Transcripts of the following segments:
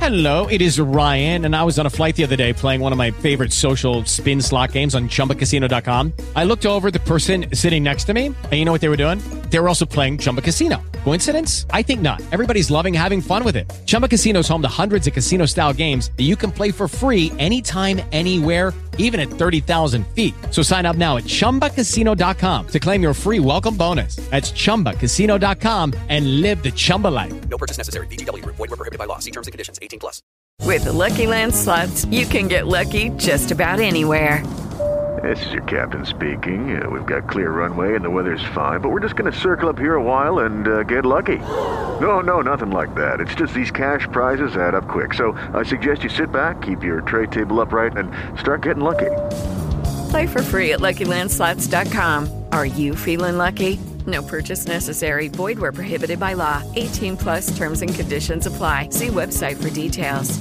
Hello, it is Ryan, and I was on a flight the other day playing one of my favorite social spin slot games on ChumbaCasino.com. I looked over at the person sitting next to me, and you know what they were doing? They were also playing Chumba Casino. Coincidence? I think not. Everybody's loving having fun with it. Chumba Casino is home to hundreds of casino-style games that you can play for free anytime, anywhere, even at 30,000 feet. So sign up now at ChumbaCasino.com to claim your free welcome bonus. That's ChumbaCasino.com and live the Chumba life. No purchase necessary. VGW. Void were prohibited by law. See terms and conditions. 18+. With the Lucky Land Slots, you can get lucky just about anywhere. This is your captain speaking. We've got clear runway and the weather's fine, but we're just going to circle up here a while and get lucky. No, nothing like that. It's just these cash prizes add up quick. So I suggest you sit back, keep your tray table upright, and start getting lucky. Play for free at LuckyLandSlots.com. Are you feeling lucky? No purchase necessary. Void where prohibited by law. 18+ terms and conditions apply. See website for details.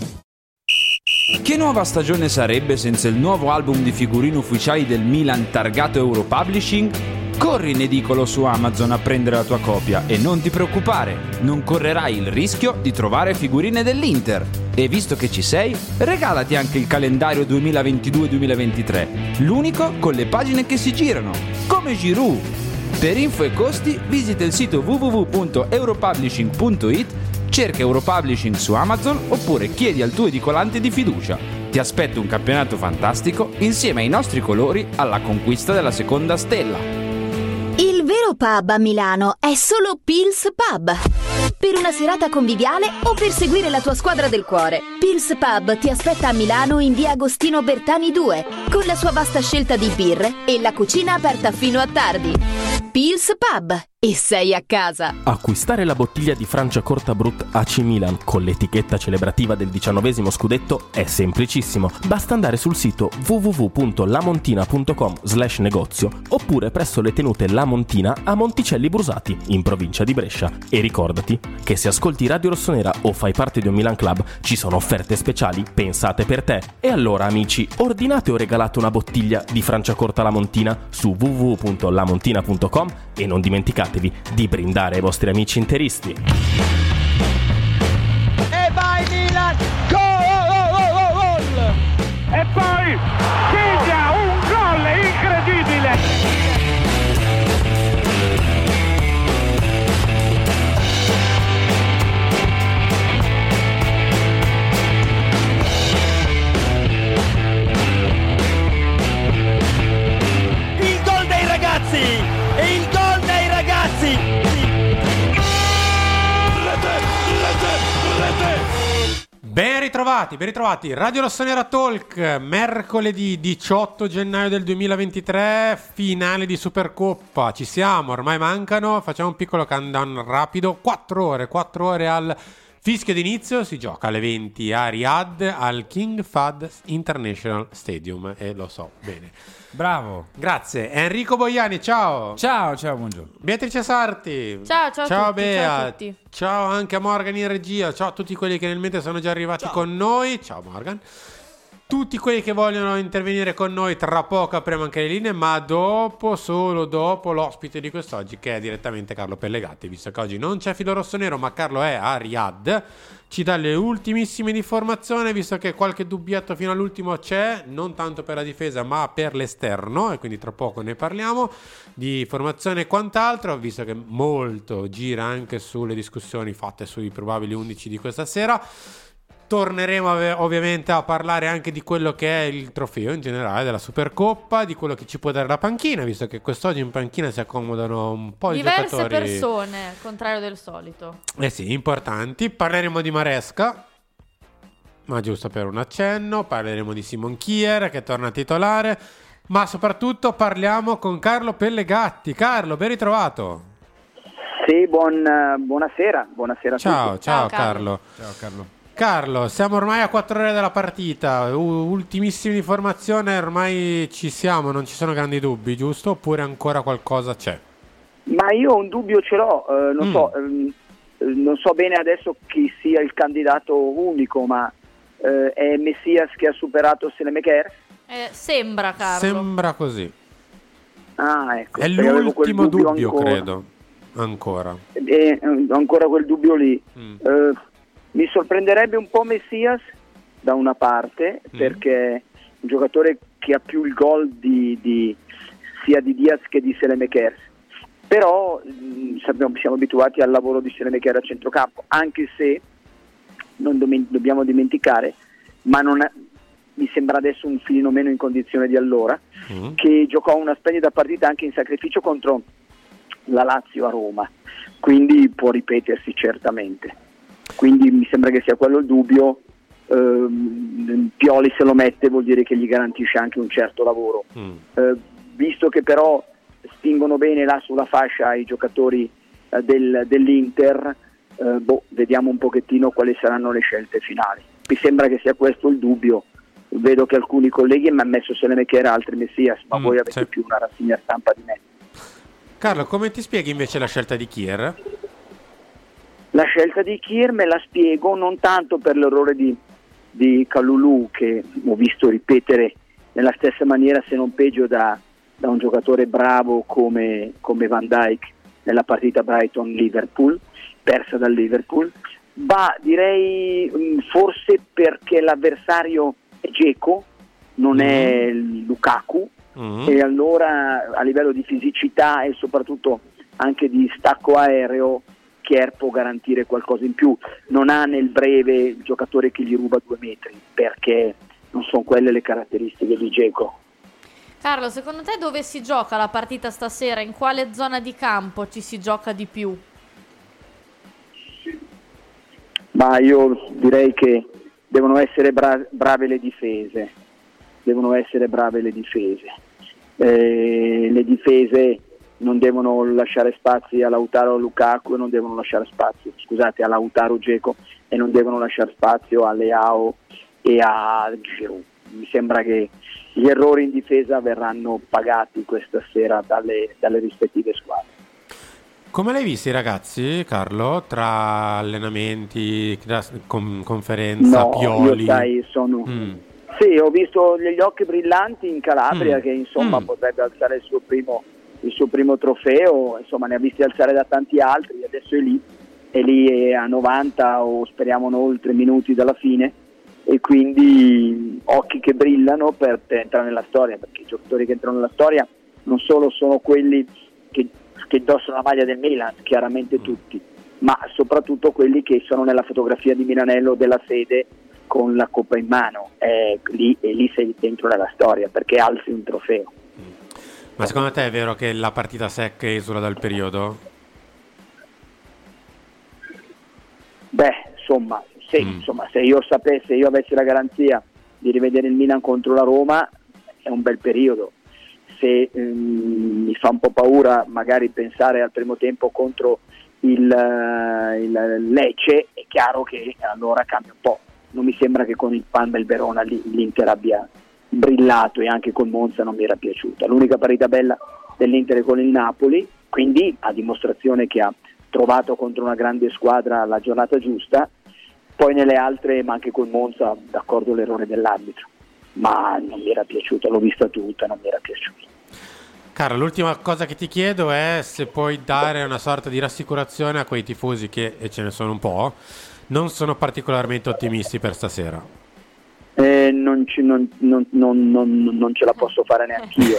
Che nuova stagione sarebbe senza il nuovo album di figurine ufficiali del Milan targato Europublishing? Corri in edicolo su Amazon a prendere la tua copia e non ti preoccupare, non correrai il rischio di trovare figurine dell'Inter. E visto che ci sei, regalati anche il calendario 2022-2023, l'unico con le pagine che si girano, come Giroud. Per info e costi visita il sito www.europublishing.it, cerca Europublishing su Amazon oppure chiedi al tuo edicolante di fiducia. Ti aspetta un campionato fantastico insieme ai nostri colori alla conquista della seconda stella. Il vero pub a Milano è solo Pils Pub. Per una serata conviviale o per seguire la tua squadra del cuore, Pils Pub ti aspetta a Milano in via Agostino Bertani 2, con la sua vasta scelta di birre e la cucina aperta fino a tardi. Pils Pub, e sei a casa. Acquistare la bottiglia di Franciacorta Brut AC Milan con l'etichetta celebrativa del 19° scudetto è semplicissimo. Basta andare sul sito www.lamontina.com/negozio oppure presso le tenute La Montina a Monticelli Brusati, in provincia di Brescia. E ricordati che se ascolti Radio Rossonera o fai parte di un Milan Club ci sono offerte speciali pensate per te. E allora amici, ordinate o regalate una bottiglia di Franciacorta La Montina su www.lamontina.com e non dimenticatevi di brindare ai vostri amici interisti. E vai Milan! Gol! E poi segna un gol incredibile! Il gol dei ragazzi! E il gol dei ragazzi! Ben ritrovati, Radio Rossonera Talk, mercoledì 18 gennaio del 2023, finale di Supercoppa, ci siamo, ormai mancano, facciamo un piccolo countdown rapido, 4 ore al fischio d'inizio, si gioca alle 20 a Riyadh al King Fahd International Stadium, e lo so bene. Bravo. Grazie. Enrico Boiani, ciao. Ciao, buongiorno. Beatrice Sarti. Ciao a tutti, Bea. ciao a tutti. Ciao anche a Morgan in regia. Ciao a tutti quelli che nel mentre sono già arrivati con noi. Ciao Morgan. Tutti quelli che vogliono intervenire con noi, tra poco apriamo anche le linee, ma solo dopo l'ospite di quest'oggi, che è direttamente Carlo Pellegatti, visto che oggi non c'è filo rossonero, ma Carlo è a Riyadh, ci dà le ultimissime informazioni, visto che qualche dubbietto fino all'ultimo c'è, non tanto per la difesa ma per l'esterno, e quindi tra poco ne parliamo di formazione e quant'altro, visto che molto gira anche sulle discussioni fatte sui probabili 11 di questa sera. Torneremo ovviamente a parlare anche di quello che è il trofeo in generale della Supercoppa, di quello che ci può dare la panchina, visto che quest'oggi in panchina si accomodano un po' di diverse giocatori. persone, al contrario del solito. Sì, importanti. Parleremo di Maresca, ma giusto per un accenno. Parleremo di Simon Kier, che torna a titolare, ma soprattutto parliamo con Carlo Pellegatti. Carlo, ben ritrovato. Sì, buonasera a Ciao, tutti. ciao Carlo. Ciao Carlo. Carlo, siamo ormai a 4 ore dalla partita, ultimissime informazioni, ormai ci siamo, non ci sono grandi dubbi, giusto? Oppure ancora qualcosa c'è? Ma io un dubbio ce l'ho, non so bene adesso chi sia il candidato unico, ma è Messias che ha superato Selemakers? Sembra, Carlo. Sembra così. Ah, ecco. È l'ultimo dubbio, credo, ancora. Ancora quel dubbio lì. Mi sorprenderebbe un po' Messias da una parte, perché è un giocatore che ha più il gol sia di Diaz che di Saelemaekers, però siamo abituati al lavoro di Saelemaekers a centrocampo, anche se non dobbiamo dimenticare, ma mi sembra adesso un filino meno in condizione di allora, che giocò una splendida partita anche in sacrificio contro la Lazio a Roma, quindi può ripetersi certamente. Quindi mi sembra che sia quello il dubbio. Pioli se lo mette vuol dire che gli garantisce anche un certo lavoro. Visto che però spingono bene là sulla fascia i giocatori dell'Inter, vediamo un pochettino quali saranno le scelte finali. Mi sembra che sia questo il dubbio. Vedo che alcuni colleghi mi hanno messo Saelemaekers, altri Messias, ma voi avete più una rassegna stampa di me. Carlo, come ti spieghi invece la scelta di Kier? La scelta di Kier me la spiego non tanto per l'errore di Kalulu, che ho visto ripetere nella stessa maniera, se non peggio, da un giocatore bravo come Van Dijk nella partita Brighton-Liverpool, persa dal Liverpool, ma direi forse perché l'avversario è Dzeko, non è Lukaku, e allora a livello di fisicità e soprattutto anche di stacco aereo Kier può garantire qualcosa in più. Non ha nel breve il giocatore che gli ruba 2 metri, perché non sono quelle le caratteristiche di Dzeko. Carlo, secondo te dove si gioca la partita stasera? In quale zona di campo ci si gioca di più? Ma io direi che devono essere brave le difese. Le difese non devono lasciare spazi a Lautaro Lukaku e non devono lasciare spazio, a Lautaro Dzeko, e non devono lasciare spazio a Leao e a Giroud. Mi sembra che gli errori in difesa verranno pagati questa sera dalle rispettive squadre. Come l'hai visti, ragazzi, Carlo, tra allenamenti, conferenza, Pioli? Io sai, Sì, ho visto gli occhi brillanti in Calabria, che insomma potrebbe alzare il suo primo trofeo, insomma ne ha visti alzare da tanti altri, adesso è lì a 90 o speriamo oltre minuti dalla fine, e quindi occhi che brillano per entrare nella storia, perché i giocatori che entrano nella storia non solo sono quelli che indossano la maglia del Milan, chiaramente tutti, ma soprattutto quelli che sono nella fotografia di Milanello della sede con la coppa in mano, lì sei dentro nella storia perché alzi un trofeo. Ma secondo te è vero che la partita secca esula dal periodo? Se io avessi la garanzia di rivedere il Milan contro la Roma, è un bel periodo. Se mi fa un po' paura magari pensare al primo tempo contro il Lecce, è chiaro che allora cambia un po'. Non mi sembra che con il Palma e il Verona l'Inter abbia brillato, e anche con Monza non mi era piaciuta. L'unica partita bella dell'Inter è con il Napoli, quindi a dimostrazione che ha trovato contro una grande squadra la giornata giusta. Poi nelle altre, ma anche con Monza, d'accordo, l'errore dell'arbitro, ma non mi era piaciuta, l'ho vista tutta, non mi era piaciuta. Carlo, l'ultima cosa che ti chiedo è se puoi dare una sorta di rassicurazione a quei tifosi che, e ce ne sono un po', non sono particolarmente ottimisti per stasera. Non ce la posso fare neanch'io,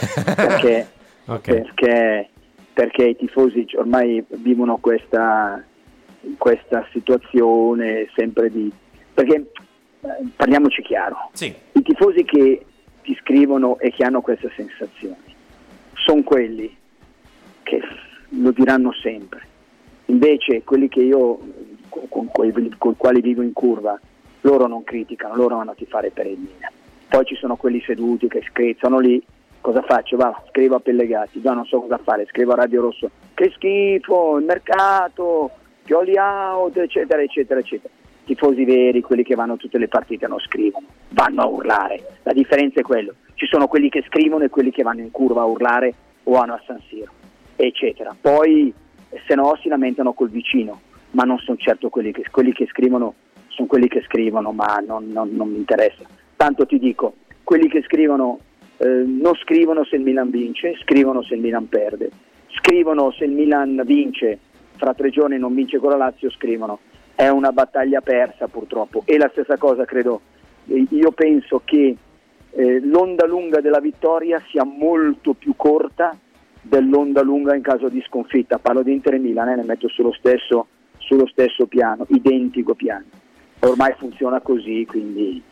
perché i tifosi ormai vivono questa situazione sempre perché parliamoci chiaro, sì. I tifosi che ti scrivono e che hanno queste sensazioni sono quelli che lo diranno sempre. Invece quelli che io con i quali vivo in curva, loro non criticano, loro vanno a tifare per il Milan. Poi ci sono quelli seduti che scherzano lì. Cosa faccio? Scrivo a Pellegatti, non so cosa fare, scrivo a Radio Rosso, che schifo, il mercato, Pioli out, eccetera eccetera eccetera. Tifosi veri, quelli che vanno a tutte le partite, non scrivono, vanno a urlare. La differenza è quello: ci sono quelli che scrivono e quelli che vanno in curva a urlare o vanno a San Siro, eccetera. Poi se no si lamentano col vicino, ma non sono certo quelli che scrivono, sono quelli che scrivono, ma non mi interessa. Tanto ti dico, quelli che scrivono non scrivono se il Milan vince, scrivono se il Milan perde, scrivono se il Milan vince, fra 3 giorni non vince con la Lazio, scrivono è una battaglia persa purtroppo. E la stessa cosa credo, io penso che l'onda lunga della vittoria sia molto più corta dell'onda lunga in caso di sconfitta. Parlo di Inter e Milan, ne metto sullo stesso piano, identico piano. Ormai funziona così, quindi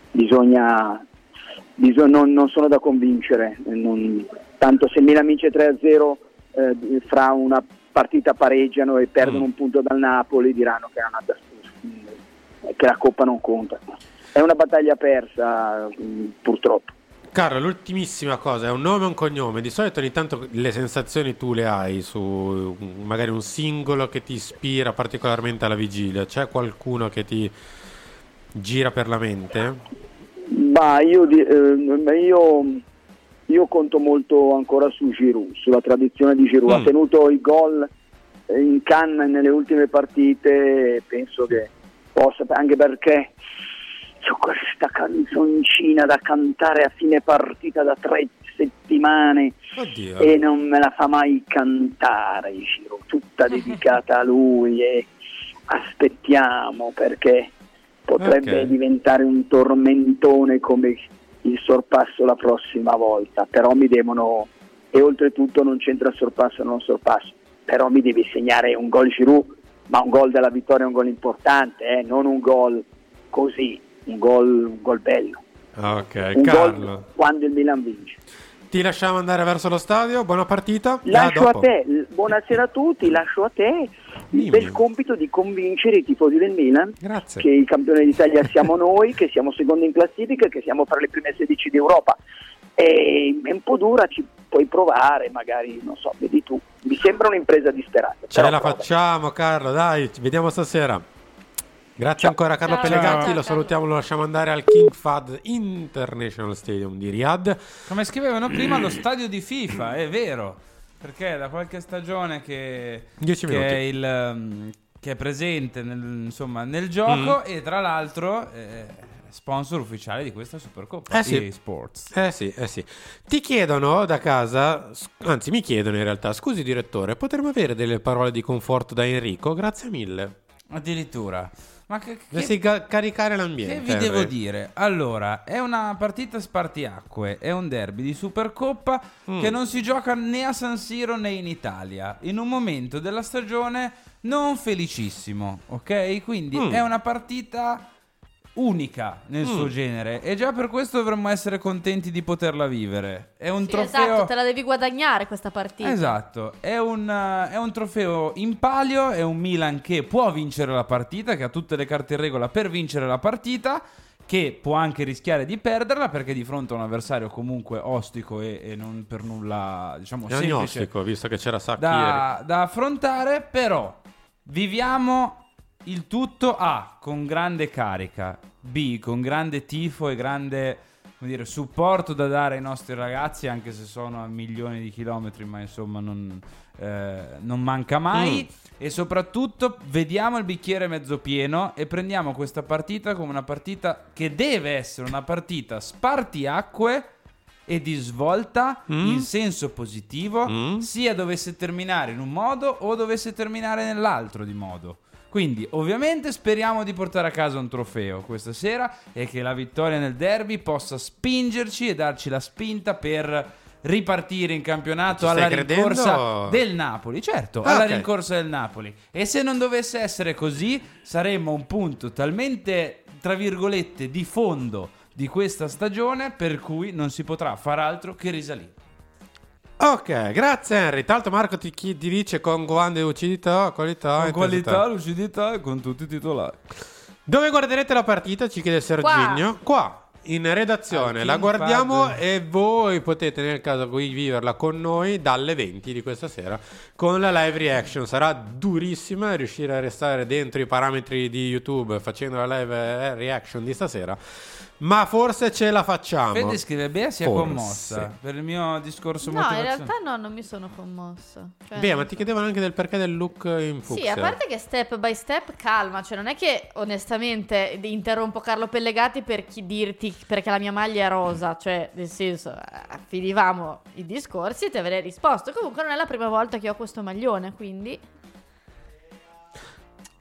non sono da convincere. Tanto se Milan vince 3-0 fra una partita pareggiano e perdono un punto dal Napoli, diranno che la Coppa non conta. È una battaglia persa, purtroppo. Carlo, l'ultimissima cosa, è un nome e un cognome. Di solito ogni tanto le sensazioni tu le hai su magari un singolo che ti ispira particolarmente alla vigilia. C'è qualcuno che ti gira per la mente? Ma io conto molto ancora su Giroud, sulla tradizione di Giroud. Ha tenuto i gol in Cannes nelle ultime partite e penso che possa, anche perché c'ho questa canzoncina da cantare a fine partita da 3 settimane. Oddio. E non me la fa mai cantare Giroud, tutta dedicata a lui, e aspettiamo, perché potrebbe diventare un tormentone come il sorpasso la prossima volta, però mi devono, e oltretutto non c'entra sorpasso o non sorpasso, però mi devi segnare un gol Giroud, ma un gol della vittoria è un gol importante, non un gol così, un gol bello. Ok, un Carlo, gol quando il Milan vince. ti lasciamo andare verso lo stadio, buona partita. Lascio a te, buonasera a tutti, lascio a te il bel compito di convincere i tifosi del Milan. Grazie. Che il campione d'Italia siamo noi, che siamo secondi in classifica, che siamo fra le prime 16 d'Europa. È un po' dura, ci puoi provare, magari, non so, vedi tu. Mi sembra un'impresa disperata. Ce la facciamo, Carlo, dai, ci vediamo stasera. Grazie ancora a Carlo Pellegatti, lo salutiamo, lo lasciamo andare al King Fahd International Stadium di Riyadh. Come scrivevano prima, lo stadio di FIFA, è vero, perché da qualche stagione che è presente nel gioco, e tra l'altro sponsor ufficiale di questa Supercoppa eSports. Sì. Ti chiedono da casa, anzi mi chiedono in realtà, scusi direttore, potremmo avere delle parole di conforto da Enrico? Grazie mille. Addirittura. Ma dovresti caricare l'ambiente. Che vi devo dire? Allora, è una partita spartiacque, è un derby di Supercoppa che non si gioca né a San Siro né in Italia, in un momento della stagione non felicissimo, ok? Quindi è una partita unica nel suo genere, e già per questo dovremmo essere contenti di poterla vivere. È un trofeo. Esatto, te la devi guadagnare questa partita. Esatto, è un trofeo in palio, è un Milan che può vincere la partita, che ha tutte le carte in regola per vincere la partita, che può anche rischiare di perderla perché di fronte a un avversario comunque ostico e non per nulla, diciamo, semplice, ostico, visto che c'era Sacchi da affrontare. Però viviamo il tutto A con grande carica, B con grande tifo e grande, come dire, supporto da dare ai nostri ragazzi, anche se sono a milioni di chilometri, ma insomma non manca mai. E soprattutto vediamo il bicchiere mezzo pieno e prendiamo questa partita come una partita che deve essere una partita spartiacque e di svolta in senso positivo, sia dovesse terminare in un modo o dovesse terminare nell'altro di modo. Quindi ovviamente speriamo di portare a casa un trofeo questa sera e che la vittoria nel derby possa spingerci e darci la spinta per ripartire in campionato alla rincorsa del Napoli. Certo, alla rincorsa del Napoli. E se non dovesse essere così, saremmo a un punto talmente, tra virgolette, di fondo di questa stagione per cui non si potrà far altro che risalire. Ok, grazie Henry. Tanto Marco ti dice con grande lucidità, qualità, lucidità e con tutti i titolari. Dove guarderete la partita? Ci chiede Serginio. Qua in redazione la guardiamo e voi potete nel caso voi viverla con noi dalle 20 di questa sera con la live reaction. Sarà durissima riuscire a restare dentro i parametri di YouTube facendo la live reaction di stasera, ma forse ce la facciamo. Fede scrive: Bea si è commossa per il mio discorso motivazionale. No, in realtà no, non mi sono commossa. Cioè, Beh, ma ti chiedevano anche del perché del look in fucsia. Sì, a parte che step by step calma, cioè non è che onestamente interrompo Carlo Pellegatti per dirti perché la mia maglia è rosa, cioè nel senso finivamo i discorsi e ti avrei risposto. Comunque non è la prima volta che ho questo maglione, quindi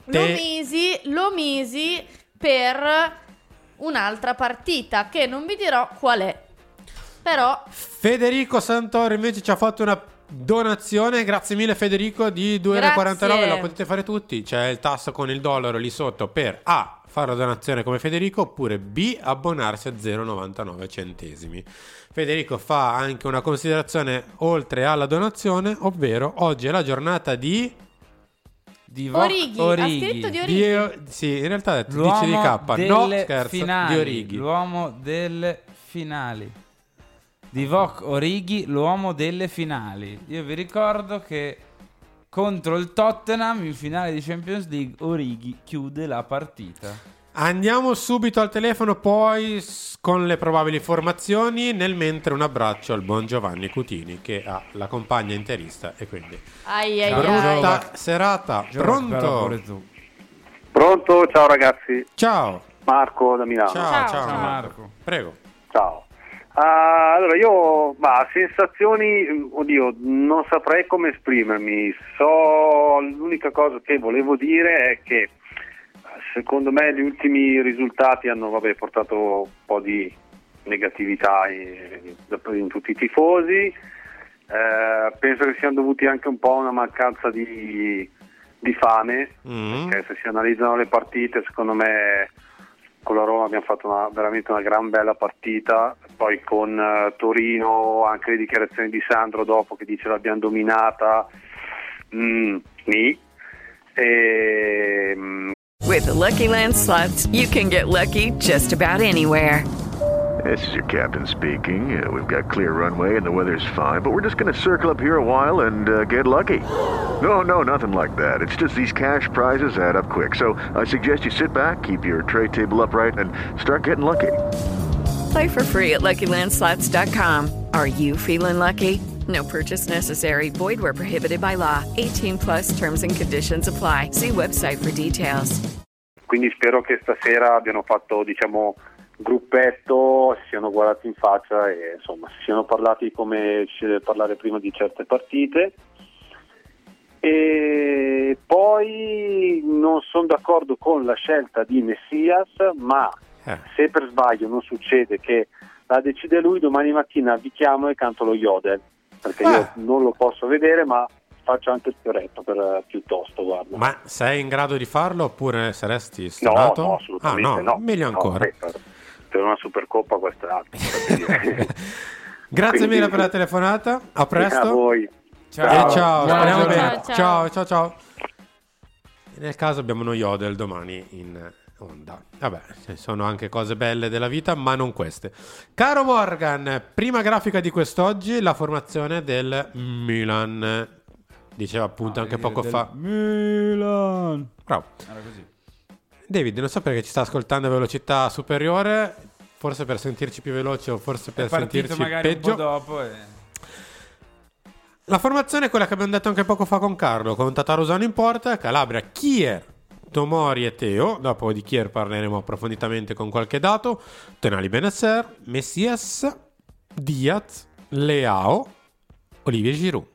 Lo misi per un'altra partita che non vi dirò qual è. Però Federico Santoro invece ci ha fatto una donazione, grazie mille Federico, di 2,49 €, la potete fare tutti, c'è il tasto con il dollaro lì sotto per A, fare la donazione come Federico, oppure B, abbonarsi a 0,99 centesimi. Federico fa anche una considerazione oltre alla donazione, ovvero oggi è la giornata di Orighi. Ha scritto di Orighi. Sì, in realtà ha detto L'uomo dice di K, no scherzo, finali, di Orighi. L'uomo delle finali. Divock Orighi, l'uomo delle finali. Io vi ricordo che contro il Tottenham in finale di Champions League Orighi chiude la partita. Andiamo subito al telefono poi con le probabili formazioni, nel mentre un abbraccio al buon Giovanni Cutini che ha la compagna interista e quindi brutta serata. Pronto? Pronto, ciao ragazzi. Ciao Marco da Milano. Ciao Marco. Prego. Ciao. Allora io, sensazioni, oddio, non saprei come esprimermi. L'unica cosa che volevo dire è che secondo me gli ultimi risultati hanno portato un po' di negatività in tutti i tifosi. Penso che siano dovuti anche un po' a una mancanza di fame, perché se si analizzano le partite, secondo me con la Roma abbiamo fatto veramente una gran bella partita. Poi con Torino anche le dichiarazioni di Sandro dopo che dice l'abbiamo dominata. With the Lucky Land Slots, you can get lucky just about anywhere. This is your captain speaking. We've got clear runway and the weather's fine, but we're just going to circle up here a while and get lucky. No, nothing like that. It's just these cash prizes add up quick. So I suggest you sit back, keep your tray table upright, and start getting lucky. Play for free at LuckyLandSlots.com. Are you feeling lucky? No purchase necessary. Void where prohibited by law. 18 plus terms and conditions apply. See website for details. Quindi spero che stasera abbiano fatto, gruppetto, si siano guardati in faccia e insomma si siano parlati come si deve parlare prima di certe partite. E poi non sono d'accordo con la scelta di Messias, ma se per sbaglio non succede che la decide lui, domani mattina vi chiamo e canto lo Yodel, perché io non lo posso vedere, ma faccio anche il fioretto piuttosto, guarda. Ma sei in grado di farlo oppure saresti stonato? No, assolutamente no. Meglio ancora. Per una Supercoppa questa è altro. Grazie mille per la telefonata, a presto. A voi. Ciao. Speriamo bene. Ciao. Nel caso abbiamo uno Yodel domani in onda. Vabbè, ci sono anche cose belle della vita, ma non queste. Caro Morgan, prima grafica di quest'oggi, la formazione del Milan. Diceva appunto anche poco fa Milan. Bravo. Era così. David, non so perché ci sta ascoltando a velocità superiore, forse per sentirci più veloci o forse per sentirci magari peggio. Un po' dopo La formazione è quella che abbiamo detto anche poco fa con Carlo, con Tatarusano in porta, Calabria, Kier, Tomori e Teo. Dopo di Kier parleremo approfonditamente con qualche dato. Tonali, Benasser, Messias, Diaz, Leao, Olivier Giroud.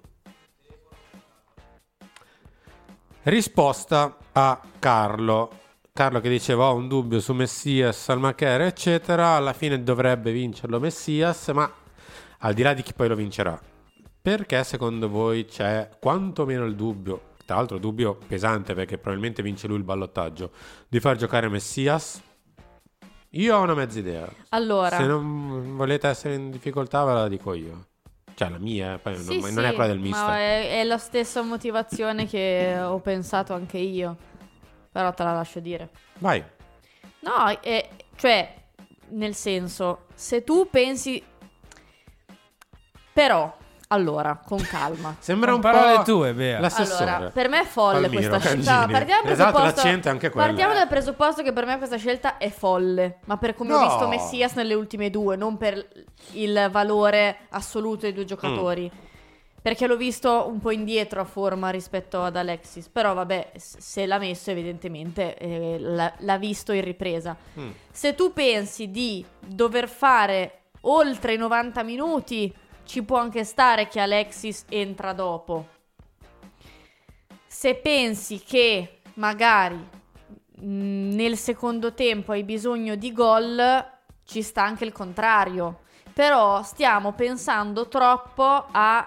Risposta a Carlo che diceva ho un dubbio su Messias, Salmacher eccetera. Alla fine dovrebbe vincerlo Messias, ma al di là di chi poi lo vincerà, perché secondo voi c'è quantomeno il dubbio, tra l'altro dubbio pesante perché probabilmente vince lui il ballottaggio, di far giocare Messias? Io ho una mezza idea. Allora, se non volete essere in difficoltà ve la dico io, cioè la mia, poi non è quella del mister. Ma è la stessa motivazione che ho pensato anche io, però te la lascio dire. Vai. No, cioè, nel senso, se tu pensi... Però, allora, con calma. Sembra un parole po' tue, Bea. l'assessore. Allora, per me è folle Palmiro, questa Cangini. scelta. Esatto, l'accento è anche quello. Partiamo dal presupposto che per me questa scelta è folle, ma per come ho visto Messias nelle ultime due, non per il valore assoluto dei due giocatori. Perché l'ho visto un po' indietro a forma rispetto ad Alexis. Però vabbè, se l'ha messo evidentemente l'ha visto in ripresa. Se tu pensi di dover fare oltre i 90 minuti, ci può anche stare che Alexis entra dopo. Se pensi che magari nel secondo tempo hai bisogno di gol, ci sta anche il contrario. Però stiamo pensando troppo a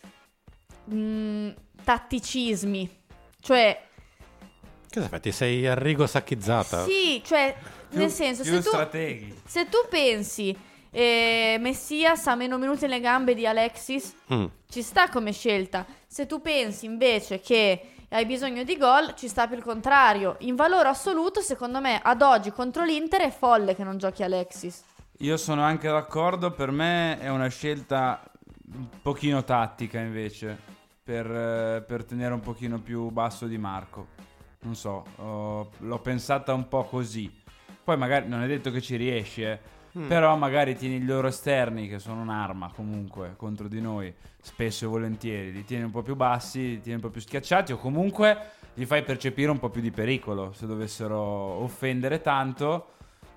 tatticismi. Cioè, cosa fai? Ti sei Arrigo Sacchizzata? sì, cioè nel senso, più strateghi. se tu pensi Messias ha meno minuti nelle gambe di Alexis, ci sta come scelta. Se tu pensi invece che hai bisogno di gol, ci sta più il contrario. In valore assoluto, secondo me, ad oggi contro l'Inter è folle che non giochi Alexis. Io sono anche d'accordo, per me è una scelta un pochino tattica invece, per tenere un pochino più basso Di Marco. Non so, l'ho pensata un po' così. Poi magari non è detto che ci riesci, però magari tieni gli loro esterni, che sono un'arma comunque contro di noi, spesso e volentieri, li tieni un po' più bassi, li tieni un po' più schiacciati, o comunque gli fai percepire un po' più di pericolo se dovessero offendere tanto.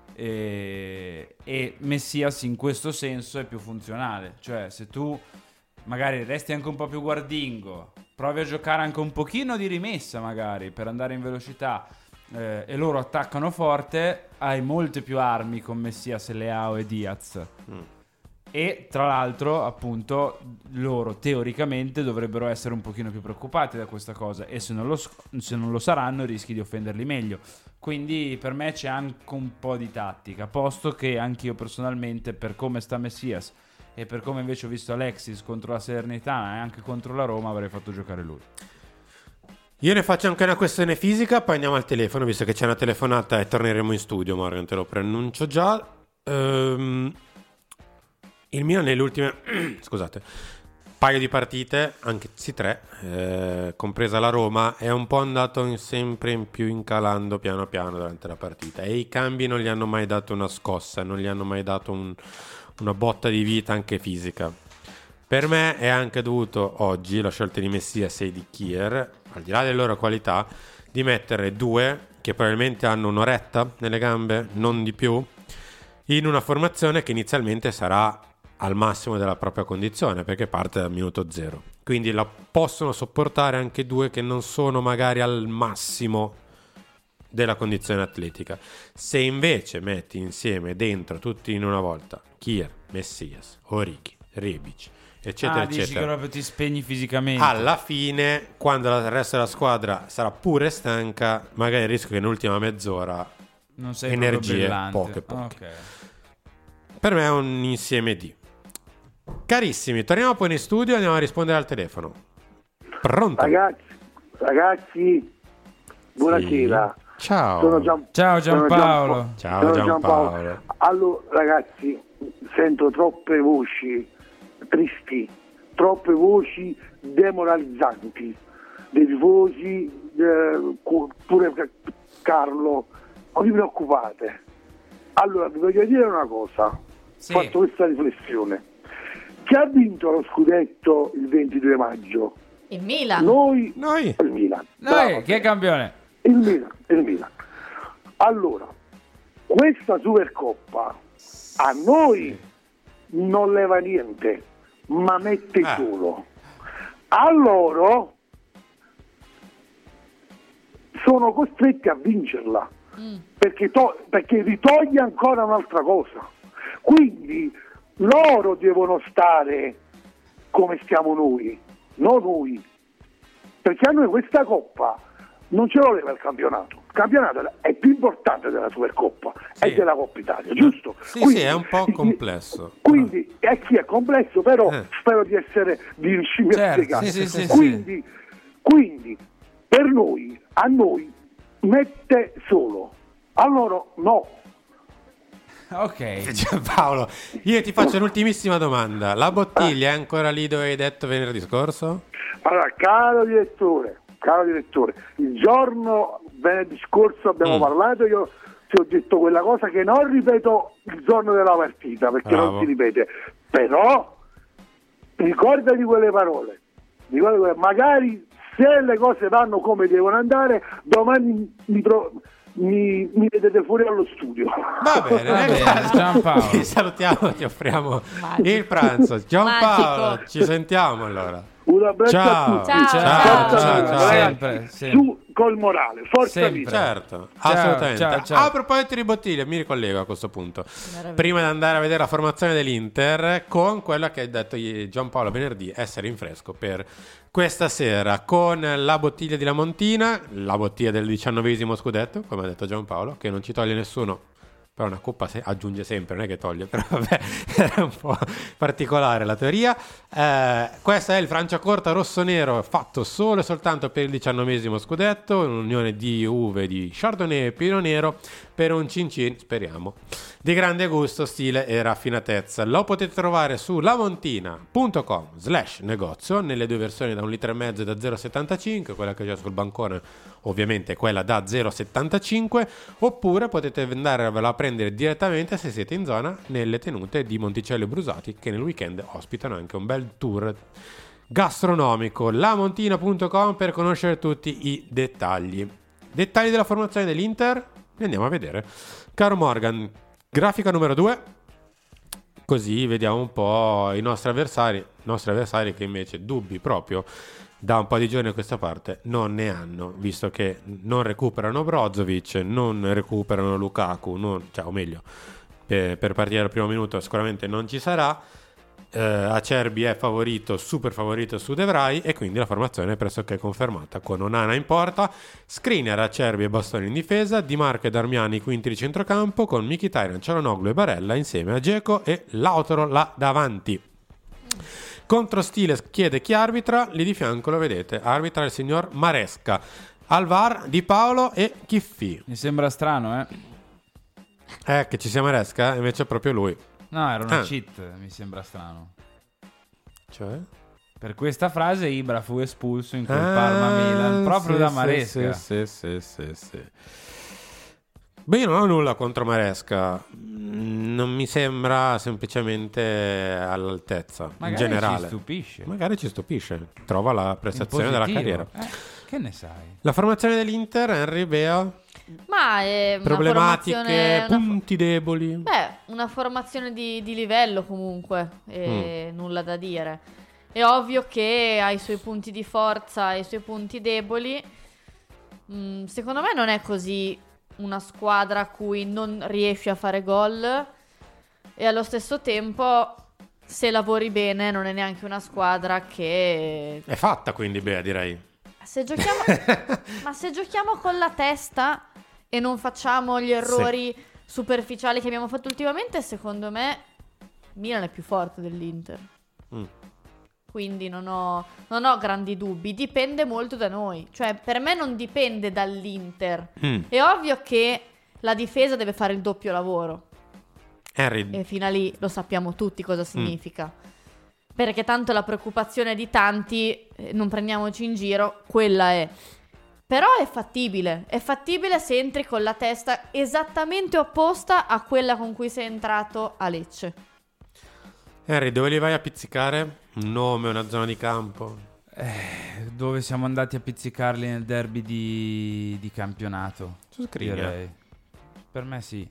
E Messias in questo senso è più funzionale. Cioè, se tu magari resti anche un po' più guardingo, provi a giocare anche un pochino di rimessa magari per andare in velocità, e loro attaccano forte, hai molte più armi con Messias, Leao e Diaz. E tra l'altro, appunto, loro teoricamente dovrebbero essere un pochino più preoccupati da questa cosa, e se non lo saranno rischi di offenderli meglio. Quindi per me c'è anche un po' di tattica, posto che anch'io personalmente, per come sta Messias e per come invece ho visto Alexis contro la Salernitana e anche contro la Roma, avrei fatto giocare lui. Io ne faccio anche una questione fisica, poi andiamo al telefono, visto che c'è una telefonata e torneremo in studio. Morgan, te lo preannuncio già. Il Milan nelle ultime paio di partite, anche sì 3, compresa la Roma, è un po' andato sempre in più incalando piano piano durante la partita, e i cambi non gli hanno mai dato una scossa, non gli hanno mai dato una botta di vita anche fisica. Per me è anche dovuto oggi la scelta di Messias e di Kier, al di là delle loro qualità, di mettere due che probabilmente hanno un'oretta nelle gambe, non di più, in una formazione che inizialmente sarà al massimo della propria condizione, perché parte dal minuto 0. Quindi la possono sopportare anche due che non sono magari al massimo della condizione atletica. Se invece metti insieme dentro tutti in una volta Kier, Messias, Origi, Rebic, eccetera dici eccetera, che proprio ti spegni fisicamente, alla fine, quando il resto della squadra sarà pure stanca, magari il rischio che nell'ultima mezz'ora non sei energie poche. Okay. Per me è un insieme di. Carissimi, torniamo poi in studio e andiamo a rispondere al telefono. Pronto? Ragazzi, buonasera. Sì. Ciao. Ciao Giampaolo. Ciao Giampaolo. Allora, ragazzi, sento troppe voci tristi, troppe voci demoralizzanti dei tifosi, pure Carlo. Non vi preoccupate. Allora, vi voglio dire una cosa. Ho fatto questa riflessione. Chi ha vinto lo scudetto il 22 maggio? Il Milan. Noi. Il Milan. Chi è campione? Il Milan. Allora, questa Supercoppa a noi non leva niente, ma mette solo. A loro sono costretti a vincerla, perché ritoglie ancora un'altra cosa. Quindi loro devono stare come stiamo noi, non noi, perché a noi questa Coppa non ce lo leva il campionato. Il campionato è più importante della Supercoppa e della Coppa Italia, giusto? Sì, è un po' complesso. Quindi è complesso, però spero di riuscirmi a spiegare. Quindi per noi, a noi mette solo, a loro no. Ok. Paolo, io ti faccio un'ultimissima domanda. La bottiglia è ancora lì dove hai detto venerdì scorso? Allora, caro direttore, il giorno venerdì scorso abbiamo parlato, io ti ho detto quella cosa che non ripeto il giorno della partita, perché non si ripete, però ricordati quelle parole, magari se le cose vanno come devono andare, domani mi vedete fuori allo studio. Va bene, Giampaolo. Ti salutiamo, ti offriamo il pranzo. Giampaolo, ci sentiamo allora. Un abbraccio a tutti. Ciao. Sempre. Su col morale, forza vita. Certo, assolutamente. Ciao. A proposito di bottiglie, mi ricollego a questo punto. Prima di andare a vedere la formazione dell'Inter, con quella che ha detto Giampaolo venerdì, essere in fresco per questa sera, con la bottiglia di Lamontina, la bottiglia del 19° scudetto, come ha detto Giampaolo, che non ci toglie nessuno. Però una coppa aggiunge sempre, non è che toglie. Però vabbè, era un po' particolare la teoria. Questa è il Franciacorta rosso-nero, fatto solo e soltanto per il 19° scudetto, un'unione di uve di Chardonnay e Pinot Nero per un cin-cin, speriamo, di grande gusto, stile e raffinatezza. Lo potete trovare su lamontina.com/negozio nelle due versioni da 1,5 litri e da 0,75, quella che c'è sul bancone ovviamente è quella da 0,75, oppure potete andarvela a prendere direttamente se siete in zona nelle tenute di Monticello e Brusati, che nel weekend ospitano anche un bel tour gastronomico. Lamontina.com per conoscere tutti i dettagli della formazione dell'Inter. Ne andiamo a vedere, caro Morgan, grafica numero 2, così vediamo un po' i nostri avversari che invece dubbi proprio da un po' di giorni a questa parte non ne hanno, visto che non recuperano Brozovic, non recuperano Lukaku, o meglio, per partire al primo minuto sicuramente non ci sarà. Acerbi è favorito, super favorito su De Vrij, e quindi la formazione è pressoché confermata con Onana in porta, Skriniar, Acerbi e Bastoni in difesa, Di Marco e Darmiani quinti di centrocampo con Mkhitaryan, Çalhanoğlu e Barella insieme a Dzeko e Lautaro là davanti. Controstile chiede chi arbitra, lì di fianco lo vedete, arbitra il signor Maresca, al VAR Di Paolo e Chiffi. Mi sembra strano, che ci sia Maresca, invece è proprio lui. No, era una cheat, mi sembra strano. Cioè? Per questa frase Ibra fu espulso in quel Parma-Milan proprio da Maresca. Sì. Beh, io non ho nulla contro Maresca, non mi sembra semplicemente all'altezza. Magari in generale magari ci stupisce, trova la prestazione della carriera. Che ne sai? La formazione dell'Inter, Henry, Bea? Ma è problematiche, punti deboli. Una formazione di livello comunque, nulla da dire. È ovvio che ha i suoi punti di forza e i suoi punti deboli. Secondo me non è così una squadra a cui non riesci a fare gol, e allo stesso tempo, se lavori bene, non è neanche una squadra che è fatta, quindi Bea, direi. Se giochiamo con la testa e non facciamo gli errori superficiali che abbiamo fatto ultimamente, secondo me Milan è più forte dell'Inter. Quindi non ho grandi dubbi. Dipende molto da noi. Cioè, per me non dipende dall'Inter. È ovvio che la difesa deve fare il doppio lavoro. E fino a lì lo sappiamo tutti cosa significa. Perché tanto la preoccupazione di tanti, non prendiamoci in giro, quella è. Però è fattibile se entri con la testa esattamente opposta a quella con cui sei entrato a Lecce. Henry, dove li vai a pizzicare? Un nome, una zona di campo? Dove siamo andati a pizzicarli nel derby di campionato? Su Skriniar. Per me sì.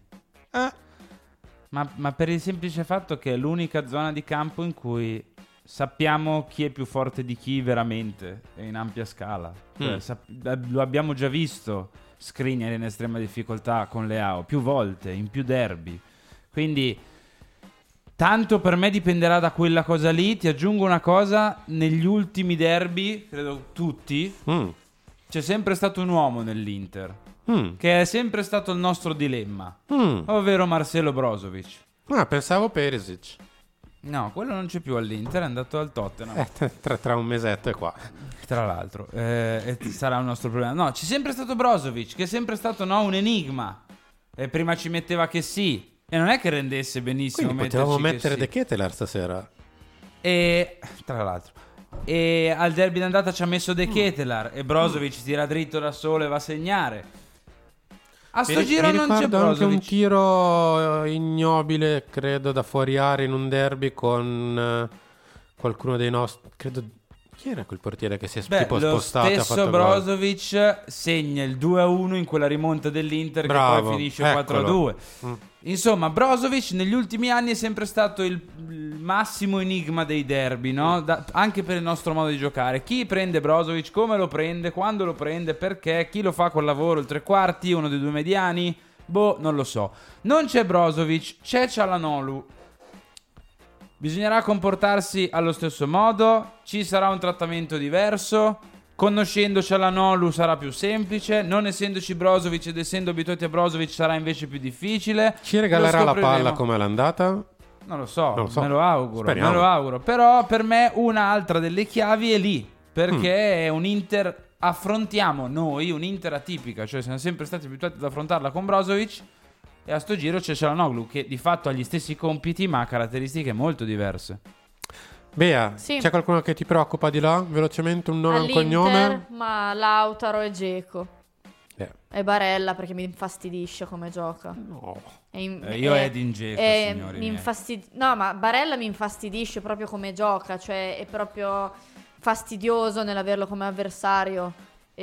Ma per il semplice fatto che è l'unica zona di campo in cui sappiamo chi è più forte di chi veramente, e in ampia scala. Lo abbiamo già visto Skriniar in estrema difficoltà con Leao più volte, in più derby. Quindi tanto per me dipenderà da quella cosa lì. Ti aggiungo una cosa: negli ultimi derby, credo tutti, c'è sempre stato un uomo nell'Inter che è sempre stato il nostro dilemma, ovvero Marcelo Brozovic. Pensavo Perisic. No, quello non c'è più all'Inter, è andato al Tottenham. Tra un mesetto è qua. Tra l'altro, sarà un nostro problema. No, c'è sempre stato Brozovic, che è sempre stato un enigma. E prima ci metteva che sì, e non è che rendesse benissimo. Quindi potevamo mettere sì. De Ketelaere stasera. E tra l'altro, e al derby d'andata ci ha messo De Ketelaere, e Brozovic tira dritto da solo e va a segnare. A sto giro non c'è Brozovic. Anche un tiro ignobile, credo, da fuori area in un derby con qualcuno dei nostri. Credo. Chi era quel portiere che si è tipo spostato? Lo stesso Brozovic segna il 2-1 in quella rimonta dell'Inter. Bravo, che poi finisce 4-2. Insomma, Brozovic negli ultimi anni è sempre stato il massimo enigma dei derby, no? Anche per il nostro modo di giocare. Chi prende Brozovic, come lo prende, quando lo prende, perché, chi lo fa col lavoro, il tre quarti, uno dei due mediani, non lo so. Non c'è Brozovic, c'è Çalhanoğlu. Bisognerà comportarsi allo stesso modo, ci sarà un trattamento diverso. Conoscendo Çalhanoğlu sarà più semplice, non essendoci Brozovic ed essendo abituati a Brozovic sarà invece più difficile. Ci regalerà la palla come l'andata? Non lo so, me lo auguro. Speriamo. Me lo auguro. Però per me un'altra delle chiavi è lì, perché è un Inter, affrontiamo noi un'Inter atipica, cioè siamo sempre stati abituati ad affrontarla con Brozovic e a sto giro c'è Çalhanoğlu che di fatto ha gli stessi compiti ma ha caratteristiche molto diverse. Bea, Sì. c'è qualcuno che ti preoccupa di là? Velocemente un nome e un All'Inter, cognome? ma Lautaro e Dzeko. E Barella perché mi infastidisce come gioca. No. Io Edin Dzeko, signori miei. No, ma Barella mi infastidisce proprio come gioca, cioè è proprio fastidioso nell'averlo come avversario.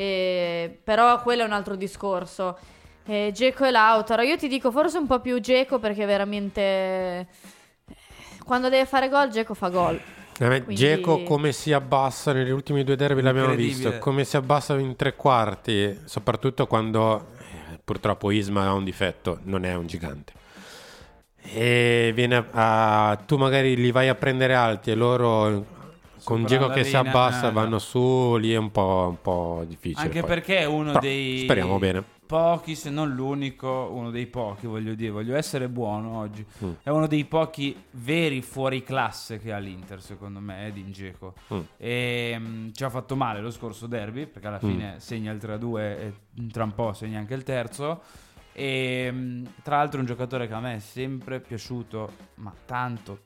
Però quello è un altro discorso. Dzeko e Lautaro, io ti dico forse un po' più Dzeko perché veramente quando deve fare gol Dzeko fa gol. Dzeko come si abbassa negli ultimi due derby l'abbiamo visto, come si abbassa in tre quarti, soprattutto quando purtroppo Isma ha un difetto, non è un gigante e tu magari li vai a prendere alti e loro con Dzeko che si abbassa vanno su, lì è un po' difficile. Anche poi. perché è uno Però, dei speriamo bene. Pochi, se non l'unico, uno dei pochi, voglio essere buono oggi. È uno dei pochi veri fuori classe che ha l'Inter, secondo me, Edin Dzeko. E ci ha fatto male lo scorso derby, perché alla fine segna il 3-2 e tra un po' segna anche il terzo. E tra l'altro è un giocatore che a me è sempre piaciuto, ma tanto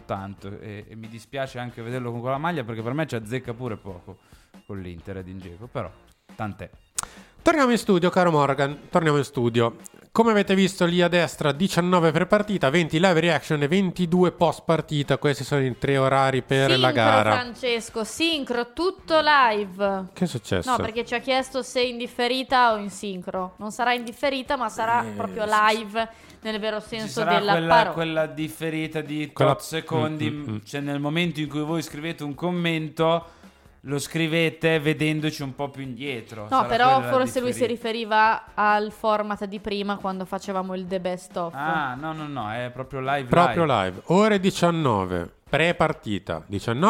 e mi dispiace anche vederlo con quella maglia, perché per me ci azzecca pure poco con l'Inter Edin Dzeko, però tant'è. Torniamo in studio, caro Morgan, torniamo in studio. Come avete visto lì a destra, 19 per partita, 20 live reaction e 22 post partita. Questi sono i 3 orari per la gara. Francesco, sincro, tutto live. Che è successo? No, perché ci ha chiesto se in differita o in sincro. Non sarà in differita, ma sarà proprio live nel vero senso della parola. Quella differita di tot secondi, cioè nel momento in cui voi scrivete un commento lo scrivete vedendoci un po' più indietro. No, però forse lui si riferiva al format di prima quando facevamo il The Best Of. Ah, no, è proprio live. Proprio live. Ore 19, pre-partita,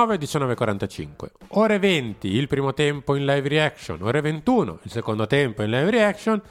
19:45. Ore 20, il primo tempo in live reaction. Ore 21, il secondo tempo in live reaction.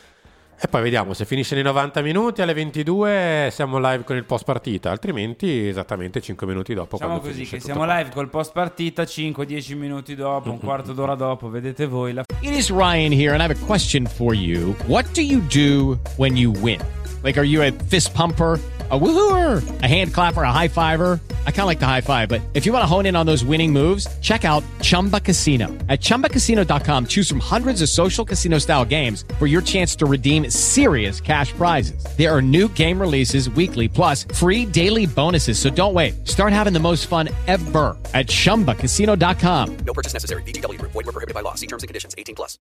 E poi vediamo, se finisce nei 90 minuti alle 22 siamo live con il post partita, altrimenti esattamente 5 minuti dopo. Diciamo così che siamo live col post partita 5-10 minuti dopo, un quarto d'ora dopo, vedete voi. It is Ryan here and I have a question for you. What do you do when you win? Like, are you a fist pumper, a woohooer, a hand clapper, a high fiver? I kind of like the high five, but if you want to hone in on those winning moves, check out Chumba Casino. At ChumbaCasino.com, choose from hundreds of social casino style games for your chance to redeem serious cash prizes. There are new game releases weekly, plus free daily bonuses. So don't wait. Start having the most fun ever at ChumbaCasino.com. No purchase necessary. VGW Group. Void where prohibited by law. See terms and conditions. 18+.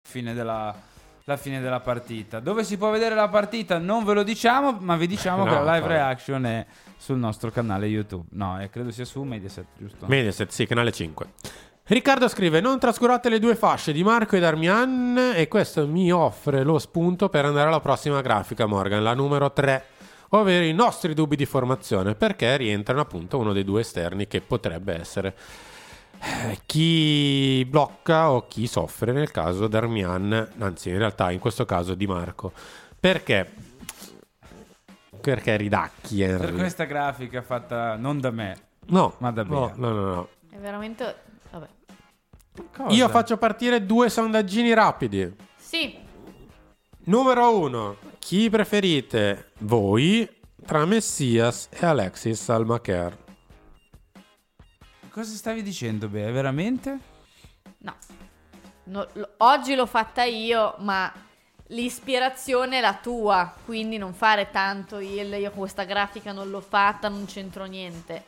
La fine della partita. Dove si può vedere la partita non ve lo diciamo, ma vi diciamo che la live reaction è sul nostro canale YouTube. No, credo sia su Mediaset, giusto? Mediaset, sì, canale 5. Riccardo scrive: non trascurate le due fasce di Marco e Darmian, e questo mi offre lo spunto per andare alla prossima grafica, Morgan, la numero 3, ovvero i nostri dubbi di formazione, perché rientrano appunto uno dei due esterni che potrebbe essere chi blocca o chi soffre nel caso Darmian, anzi in realtà in questo caso Di Marco. Perché ridacchi per questa grafica fatta non da me, ma da Bea. No. È veramente... Vabbè. Cosa? Io faccio partire 2 sondaggini rapidi. Sì. Numero 1, chi preferite voi tra Messias e Alexis Almacher? Cosa stavi dicendo, Bea? Veramente? No, oggi l'ho fatta io, ma l'ispirazione è la tua, quindi non fare tanto io questa grafica non l'ho fatta, non c'entro niente.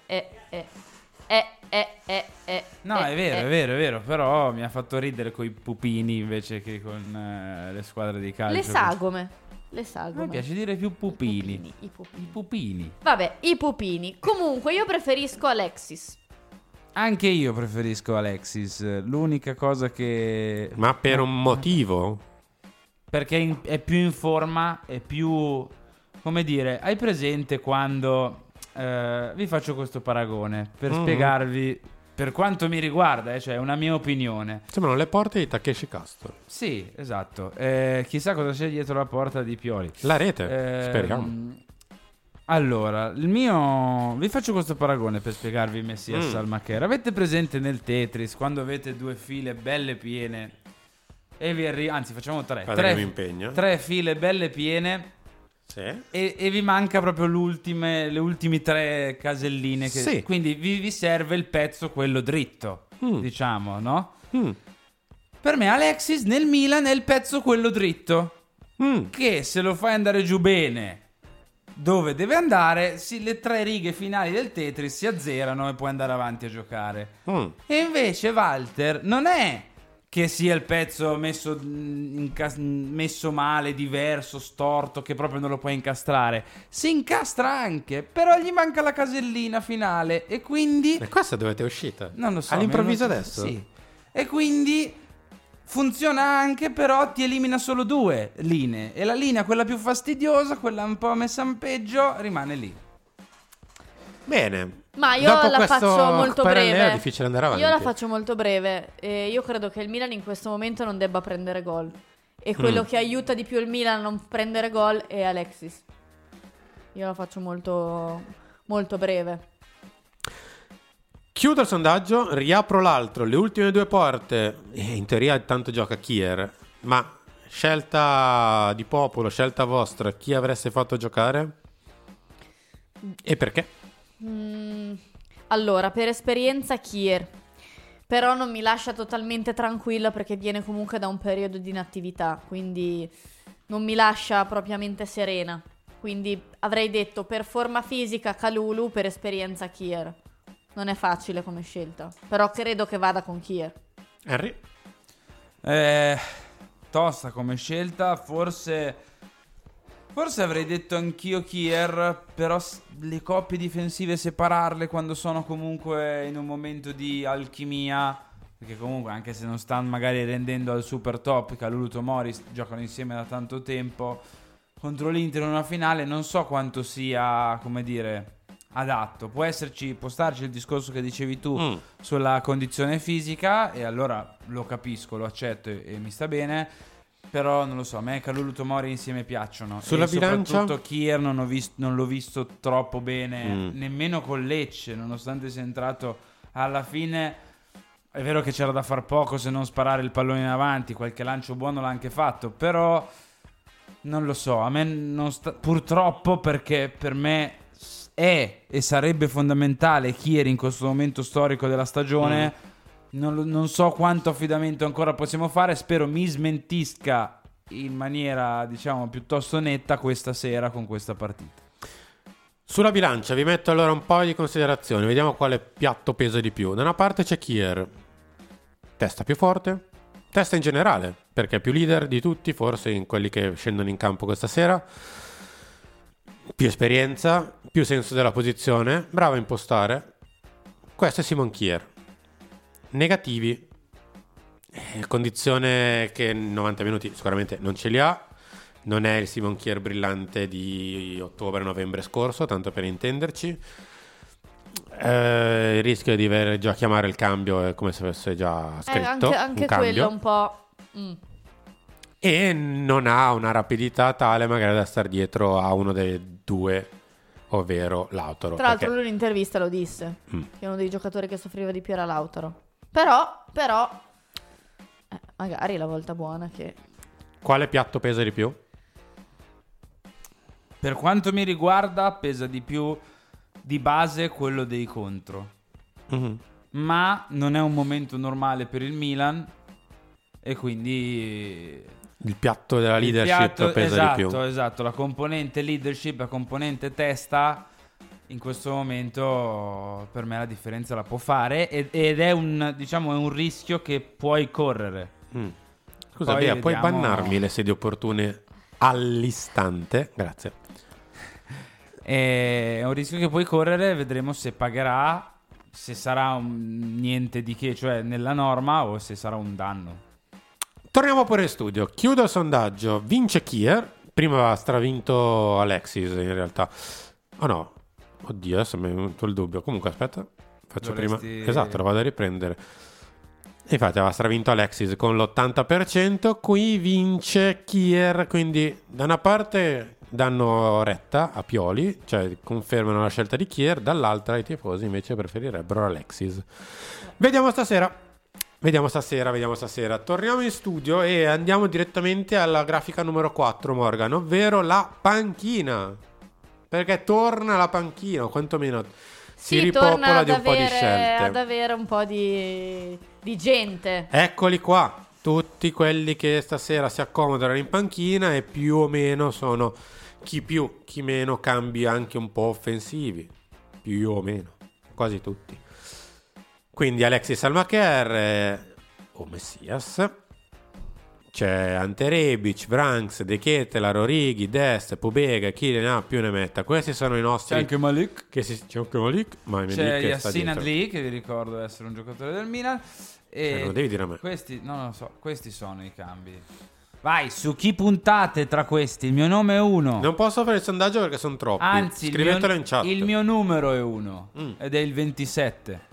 No, è vero, però mi ha fatto ridere coi pupini invece che con le squadre di calcio. Le sagome. Le sagome. Mi piace dire più pupini. I pupini. I pupini. Vabbè, i pupini. Comunque io preferisco Alexis. Anche io preferisco Alexis. L'unica cosa che... Ma per un motivo? Perché è più in forma, è più... Come dire, hai presente quando... vi faccio questo paragone per spiegarvi... Per quanto mi riguarda, cioè è una mia opinione. Sembrano le porte di Takeshi Castor. Sì, esatto. Chissà cosa c'è dietro la porta di Pioli. La rete, speriamo. Allora, vi faccio questo paragone per spiegarvi Messias Salmacher. Avete presente nel Tetris quando avete 2 file belle piene e vi arriva, anzi facciamo 3. Guarda che mi impegno. 3 file belle piene. Sì. E vi manca proprio le ultime 3 caselline che, sì. Quindi vi serve il pezzo quello dritto, diciamo, no? Per me Alexis nel Milan è il pezzo quello dritto, che se lo fai andare giù bene dove deve andare, le 3 righe finali del Tetris si azzerano e puoi andare avanti a giocare. E invece Walter non è che sia il pezzo messo male, diverso, storto, che proprio non lo puoi incastrare. Si incastra anche, però gli manca la casellina finale e quindi... E questa dove ti è uscita? Non lo so. All'improvviso adesso? Sì. E quindi funziona anche, però ti elimina solo 2 linee. E la linea, quella più fastidiosa, quella un po' messa in peggio, rimane lì. Bene. Ma io Dopo la faccio molto breve. È difficile andare avanti. Io la faccio molto breve. Io credo che il Milan in questo momento non debba prendere gol. E quello che aiuta di più il Milan a non prendere gol è Alexis. Io la faccio molto, molto breve. Chiudo il sondaggio, riapro l'altro. Le ultime 2 porte. In teoria tanto gioca Kier. Ma scelta di popolo, scelta vostra, chi avreste fatto giocare? E perché? Allora, per esperienza Kier, però non mi lascia totalmente tranquilla perché viene comunque da un periodo di inattività, quindi non mi lascia propriamente serena. Quindi avrei detto per forma fisica Kalulu, per esperienza Kier. Non è facile come scelta, però credo che vada con Kier. Henry? Tosta come scelta, forse avrei detto anch'io Kier, però le coppie difensive separarle quando sono comunque in un momento di alchimia, perché comunque anche se non stanno magari rendendo al super top, Kalulu e Tomori giocano insieme da tanto tempo, contro l'Inter in una finale non so quanto sia, come dire, adatto. Può starci il discorso che dicevi tu sulla condizione fisica, e allora lo capisco, lo accetto e mi sta bene. Però non lo so, a me Kalulu e Tomori insieme piacciono. Sulla bilancia? Soprattutto Kier non l'ho visto troppo bene, nemmeno con Lecce, nonostante sia entrato alla fine. È vero che c'era da far poco se non sparare il pallone in avanti, qualche lancio buono l'ha anche fatto, però non lo so, a me purtroppo, perché per me è e sarebbe fondamentale Kier in questo momento storico della stagione. Non so quanto affidamento ancora possiamo fare. Spero mi smentisca in maniera, diciamo, piuttosto netta questa sera con questa partita. Sulla bilancia vi metto allora un po' di considerazioni. Vediamo quale piatto pesa di più. Da una parte c'è Kier, testa più forte, testa in generale, perché è più leader di tutti, forse in quelli che scendono in campo questa sera. Più esperienza, più senso della posizione, bravo a impostare. Questo è Simon Kier. Negativi, condizione che 90 minuti sicuramente non ce li ha. Non è il Simon Kier brillante di ottobre-novembre scorso, tanto per intenderci. Il rischio di dover già chiamare il cambio è come se avesse già scritto anche un quello cambio. un po'. E non ha una rapidità tale magari da stare dietro a uno dei 2, ovvero Lautaro. Tra l'altro lui in intervista lo disse, che uno dei giocatori che soffriva di più era Lautaro. Però magari la volta buona che... Quale piatto pesa di più? Per quanto mi riguarda pesa di più di base quello dei contro. Ma non è un momento normale per il Milan e quindi il piatto della leadership pesa di più. Esatto, la componente leadership, la componente testa in questo momento per me la differenza la può fare ed è un rischio che puoi correre. Scusa, Bea, puoi vediamo... bannarmi le sedie opportune all'istante. Grazie. È un rischio che puoi correre, vedremo se pagherà, se sarà un niente di che, cioè nella norma, o se sarà un danno. Torniamo pure in studio, chiudo il sondaggio, vince Kier, prima aveva stravinto Alexis in realtà. Oh no, oddio, adesso mi è venuto il dubbio, comunque aspetta, faccio prima, esatto, lo vado a riprendere. Infatti aveva stravinto Alexis con l'80%, qui vince Kier, quindi da una parte danno retta a Pioli, cioè confermano la scelta di Kier, dall'altra i tifosi invece preferirebbero Alexis. Vediamo stasera. Torniamo in studio e andiamo direttamente alla grafica numero 4, Morgan, ovvero la panchina. Perché torna la panchina, o quantomeno si ripopola di un po' di scelte. Ad avere un po' di gente. Eccoli qua, tutti quelli che stasera si accomodano in panchina e più o meno sono chi più, chi meno cambi anche un po' offensivi. Più o meno, quasi tutti. Quindi Alexis Almacher o Messias, c'è Ante Rebic, Branks, De Ketelaere, Origi, Dest, Pobega, chi ne ha più ne metta. Questi sono i nostri. C'è anche Malik. C'è anche Malik, ma c'è Yassin Adli, che vi ricordo essere un giocatore del Milan. E non lo devi dire a me. Questi, non lo so, questi sono i cambi. Vai, su chi puntate tra questi? Il mio nome è 1. Non posso fare il sondaggio perché sono troppi. Anzi, scrivetelo in chat. Il mio numero è 1 ed è il 27.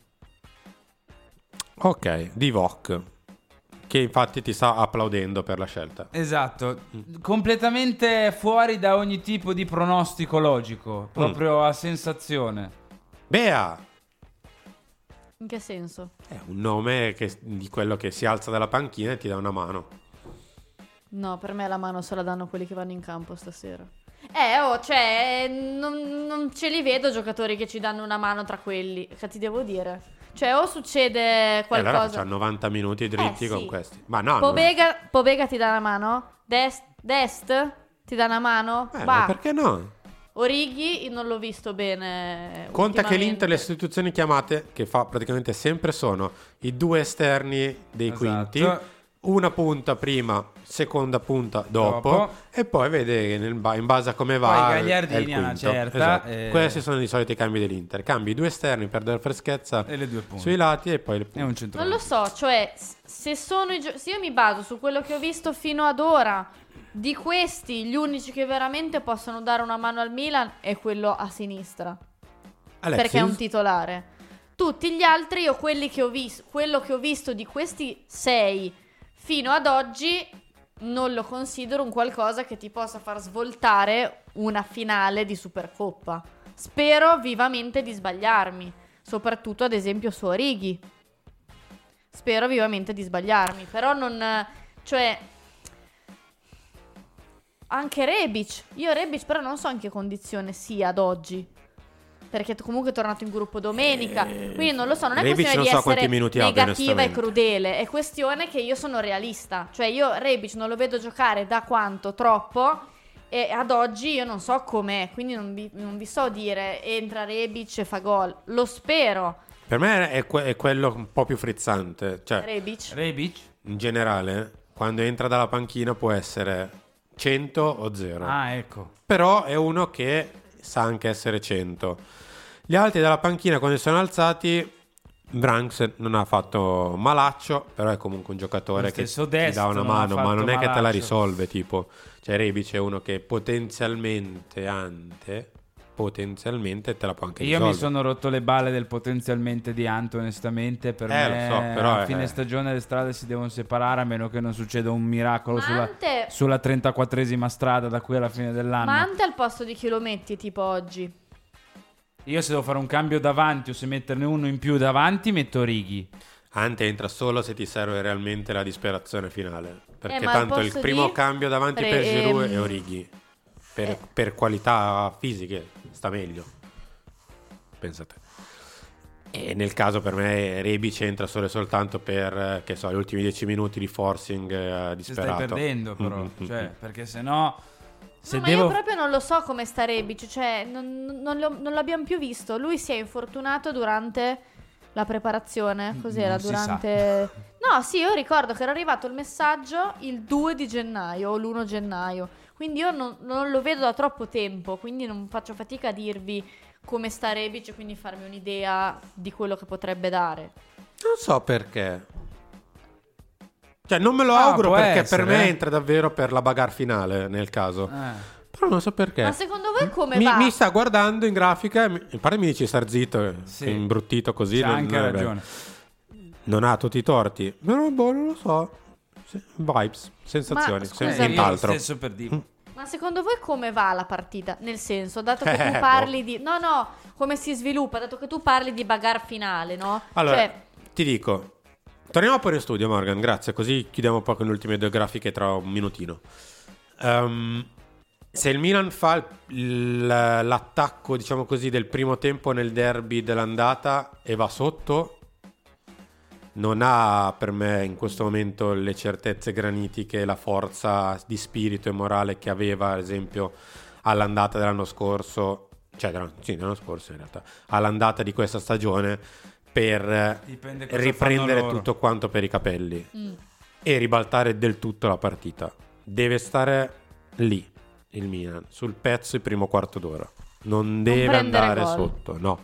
Ok, Divock, che infatti ti sta applaudendo per la scelta. Esatto, completamente fuori da ogni tipo di pronostico logico, proprio a sensazione. Bea! In che senso? È un nome di quello che si alza dalla panchina e ti dà una mano. No, per me la mano se la danno quelli che vanno in campo stasera. Non ce li vedo giocatori che ci danno una mano tra quelli. Che ti devo dire? Cioè, o succede qualcosa. Allora facciamo 90 minuti dritti con sì. questi. Ma no, Pobega ti dà una mano? Dest ti dà una mano? ma perché no? Origi non l'ho visto bene. Conta che l'Inter le istituzioni chiamate, che fa praticamente sempre, sono i due esterni dei quinti, una punta prima, seconda punta dopo. E poi vede in base a come va. Poi Gagliardini è il quinto. certa. Esatto. Questi sono di solito i cambi dell'Inter. Cambi due esterni per dare freschezza e le 2 punte sui lati e poi le punte. È un centro. Non lo so, cioè se io mi baso su quello che ho visto fino ad ora, di questi gli unici che veramente possono dare una mano al Milan è quello a sinistra. Alexis? Perché è un titolare. Tutti gli altri, io quelli che ho visto, quello che ho visto di questi 6 fino ad oggi, non lo considero un qualcosa che ti possa far svoltare una finale di Supercoppa. Spero vivamente di sbagliarmi, soprattutto ad esempio su Origi. Spero vivamente di sbagliarmi, però non, cioè, anche Rebic. Io Rebic però non so in che condizione sia ad oggi, perché comunque è tornato in gruppo domenica, quindi non lo so, non è Rebic questione non di essere negativa e onestamente. crudele, è questione che io sono realista. Cioè io Rebic non lo vedo giocare da quanto? Troppo, e ad oggi io non so com'è, quindi non vi so dire entra Rebic e fa gol. Lo spero. Per me è quello un po' più frizzante. Cioè, Rebic? In generale, quando entra dalla panchina può essere 100 o 0. Ah, ecco. Però è uno che sa anche essere 100. Gli altri dalla panchina quando sono alzati, Branks non ha fatto malaccio, però è comunque un giocatore che ti dà una mano, ma non è che te la risolve, tipo. Cioè Rebic è uno che potenzialmente te la può anche risolvere. Io mi sono rotto le balle del potenzialmente di Ante, onestamente. Per me lo so, però a fine stagione le strade si devono separare, a meno che non succeda un miracolo sulla 34esima strada da qui alla fine dell'anno. Ma Ante al posto di chi lo metti tipo oggi? Io se devo fare un cambio davanti o se metterne uno in più davanti, metto Origi. Ante entra solo se ti serve realmente la disperazione finale, perché ma tanto il primo di... cambio davanti per Giroud è Origi. Per qualità fisiche sta meglio, pensate. E nel caso per me Rebic entra solo e soltanto per che so, gli ultimi 10 minuti di forcing disperato. Stai perdendo però, cioè, perché sennò ma io proprio non lo so come sta Rebic, cioè non l'abbiamo più visto. Lui si è infortunato durante la preparazione, cos'era? No, sì, io ricordo che era arrivato il messaggio il 2 di gennaio o l'1 gennaio. Quindi io non lo vedo da troppo tempo, quindi non faccio fatica a dirvi come sta Rebic e quindi farmi un'idea di quello che potrebbe dare. Non so perché. Cioè, non me lo auguro perché essere, per me entra davvero per la bagarre finale, nel caso. Però non so perché. Ma secondo voi come va? Mi sta guardando in grafica e in parte mi dice star zitto, è imbruttito così. C'ha anche ragione. Non ha tutti i torti. Però non lo so. Vibes, sensazioni, nient'altro. Stesso per dire. Ma secondo voi come va la partita? Nel senso, dato che tu parli di... No, come si sviluppa? Dato che tu parli di bagarre finale, no? Allora, ti dico, torniamo pure in studio, Morgan, grazie, così chiudiamo un po' con le ultime 2 grafiche tra un minutino. Se il Milan fa l'attacco, diciamo così, del primo tempo nel derby dell'andata e va sotto, non ha per me in questo momento le certezze granitiche, la forza di spirito e morale che aveva, ad esempio, all'andata dell'anno scorso, dell'anno scorso in realtà, all'andata di questa stagione, per riprendere tutto quanto per i capelli e ribaltare del tutto la partita. Deve stare lì il Milan, sul pezzo il primo quarto d'ora. Non deve andare sotto. No.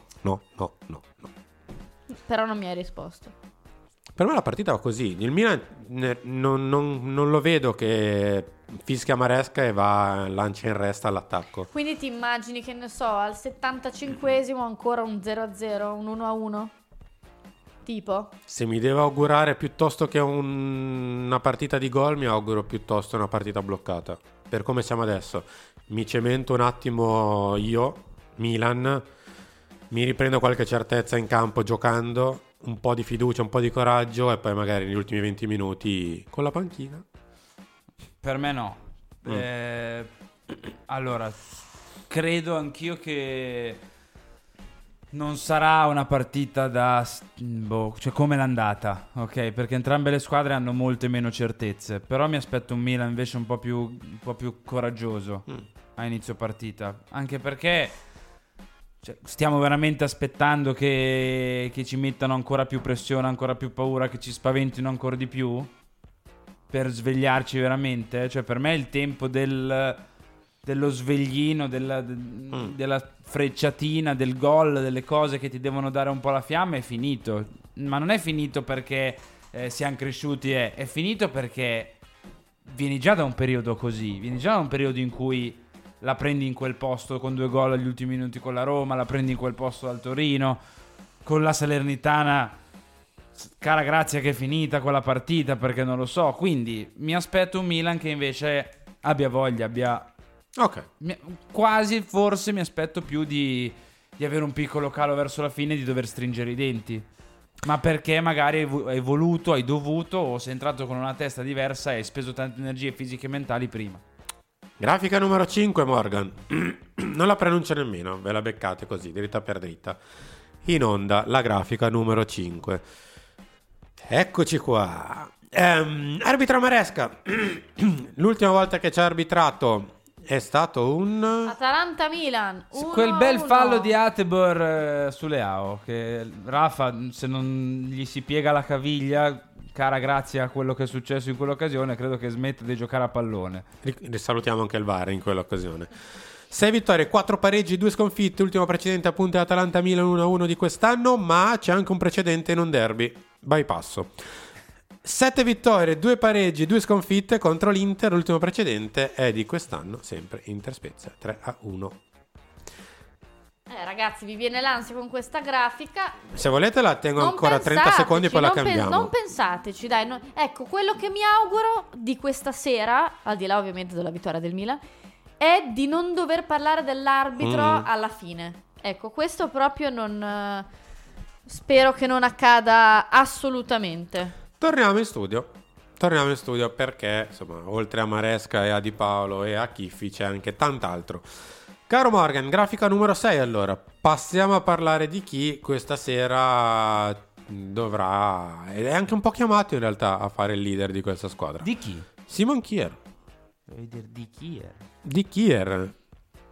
Però non mi hai risposto. Per me la partita va così. Il Milan non lo vedo che fischia Maresca e lancia in resta all'attacco. Quindi ti immagini che ne so, al 75esimo ancora un 0-0, un 1-1? Tipo? Se mi devo augurare piuttosto che una partita di gol, mi auguro piuttosto una partita bloccata. Per come siamo adesso, mi cemento un attimo io, Milan, mi riprendo qualche certezza in campo giocando, un po' di fiducia, un po' di coraggio e poi magari negli ultimi 20 minuti con la panchina. Per me no. Allora, credo anch'io che non sarà una partita cioè come l'andata, ok? Perché entrambe le squadre hanno molte meno certezze. Però mi aspetto un Milan invece un po' più coraggioso a inizio partita. Anche perché stiamo veramente aspettando che ci mettano ancora più pressione, ancora più paura, che ci spaventino ancora di più per svegliarci veramente. Cioè, per me il tempo dello sveglino, della frecciatina, del gol, delle cose che ti devono dare un po' la fiamma è finito. Ma non è finito perché siamo cresciuti, è finito perché vieni già da un periodo così, vieni già da un periodo in cui la prendi in quel posto con 2 gol agli ultimi minuti con la Roma, la prendi in quel posto al Torino, con la Salernitana, cara grazia che è finita quella partita, perché non lo so. Quindi mi aspetto un Milan che invece abbia voglia, quasi forse mi aspetto più di avere un piccolo calo verso la fine, di dover stringere i denti. Ma perché magari hai voluto, hai dovuto, o sei entrato con una testa diversa e hai speso tante energie fisiche e mentali prima. Grafica numero 5, Morgan. Non la pronuncio nemmeno, ve la beccate così, dritta per dritta. In onda, la grafica numero 5. Eccoci qua. Arbitro Maresca. L'ultima volta che ci ha arbitrato è stato un Atalanta-Milan. Quel bel fallo di Atebor su Leao, che Rafa, se non gli si piega la caviglia, cara grazie a quello che è successo in quell'occasione, credo che smetta di giocare a pallone. Salutiamo anche il VAR in quell'occasione. 6 vittorie, 4 pareggi, 2 sconfitte. Ultimo precedente appunto è Atalanta-Milan 1-1 di quest'anno, ma c'è anche un precedente in un derby. Bypasso. 7 vittorie, 2 pareggi, 2 sconfitte contro l'Inter. L'ultimo precedente è di quest'anno, sempre Inter-Spezia 3-1. Ragazzi, vi viene l'ansia con questa grafica. Se volete la tengo ancora 30 secondi e poi la cambiamo. Non pensateci, dai. Ecco, quello che mi auguro di questa sera, al di là ovviamente della vittoria del Milan, è di non dover parlare dell'arbitro alla fine. Ecco, questo proprio non... spero che non accada assolutamente. Torniamo in studio perché, insomma, oltre a Maresca e a Di Paolo e a Chiffi c'è anche tant'altro. Caro Morgan, grafica numero 6 allora. Passiamo a parlare di chi questa sera dovrà, ed è anche un po' chiamato in realtà a fare il leader di questa squadra. Di chi? Simon Kjær. Devi dire di Kjær. Di Kjær.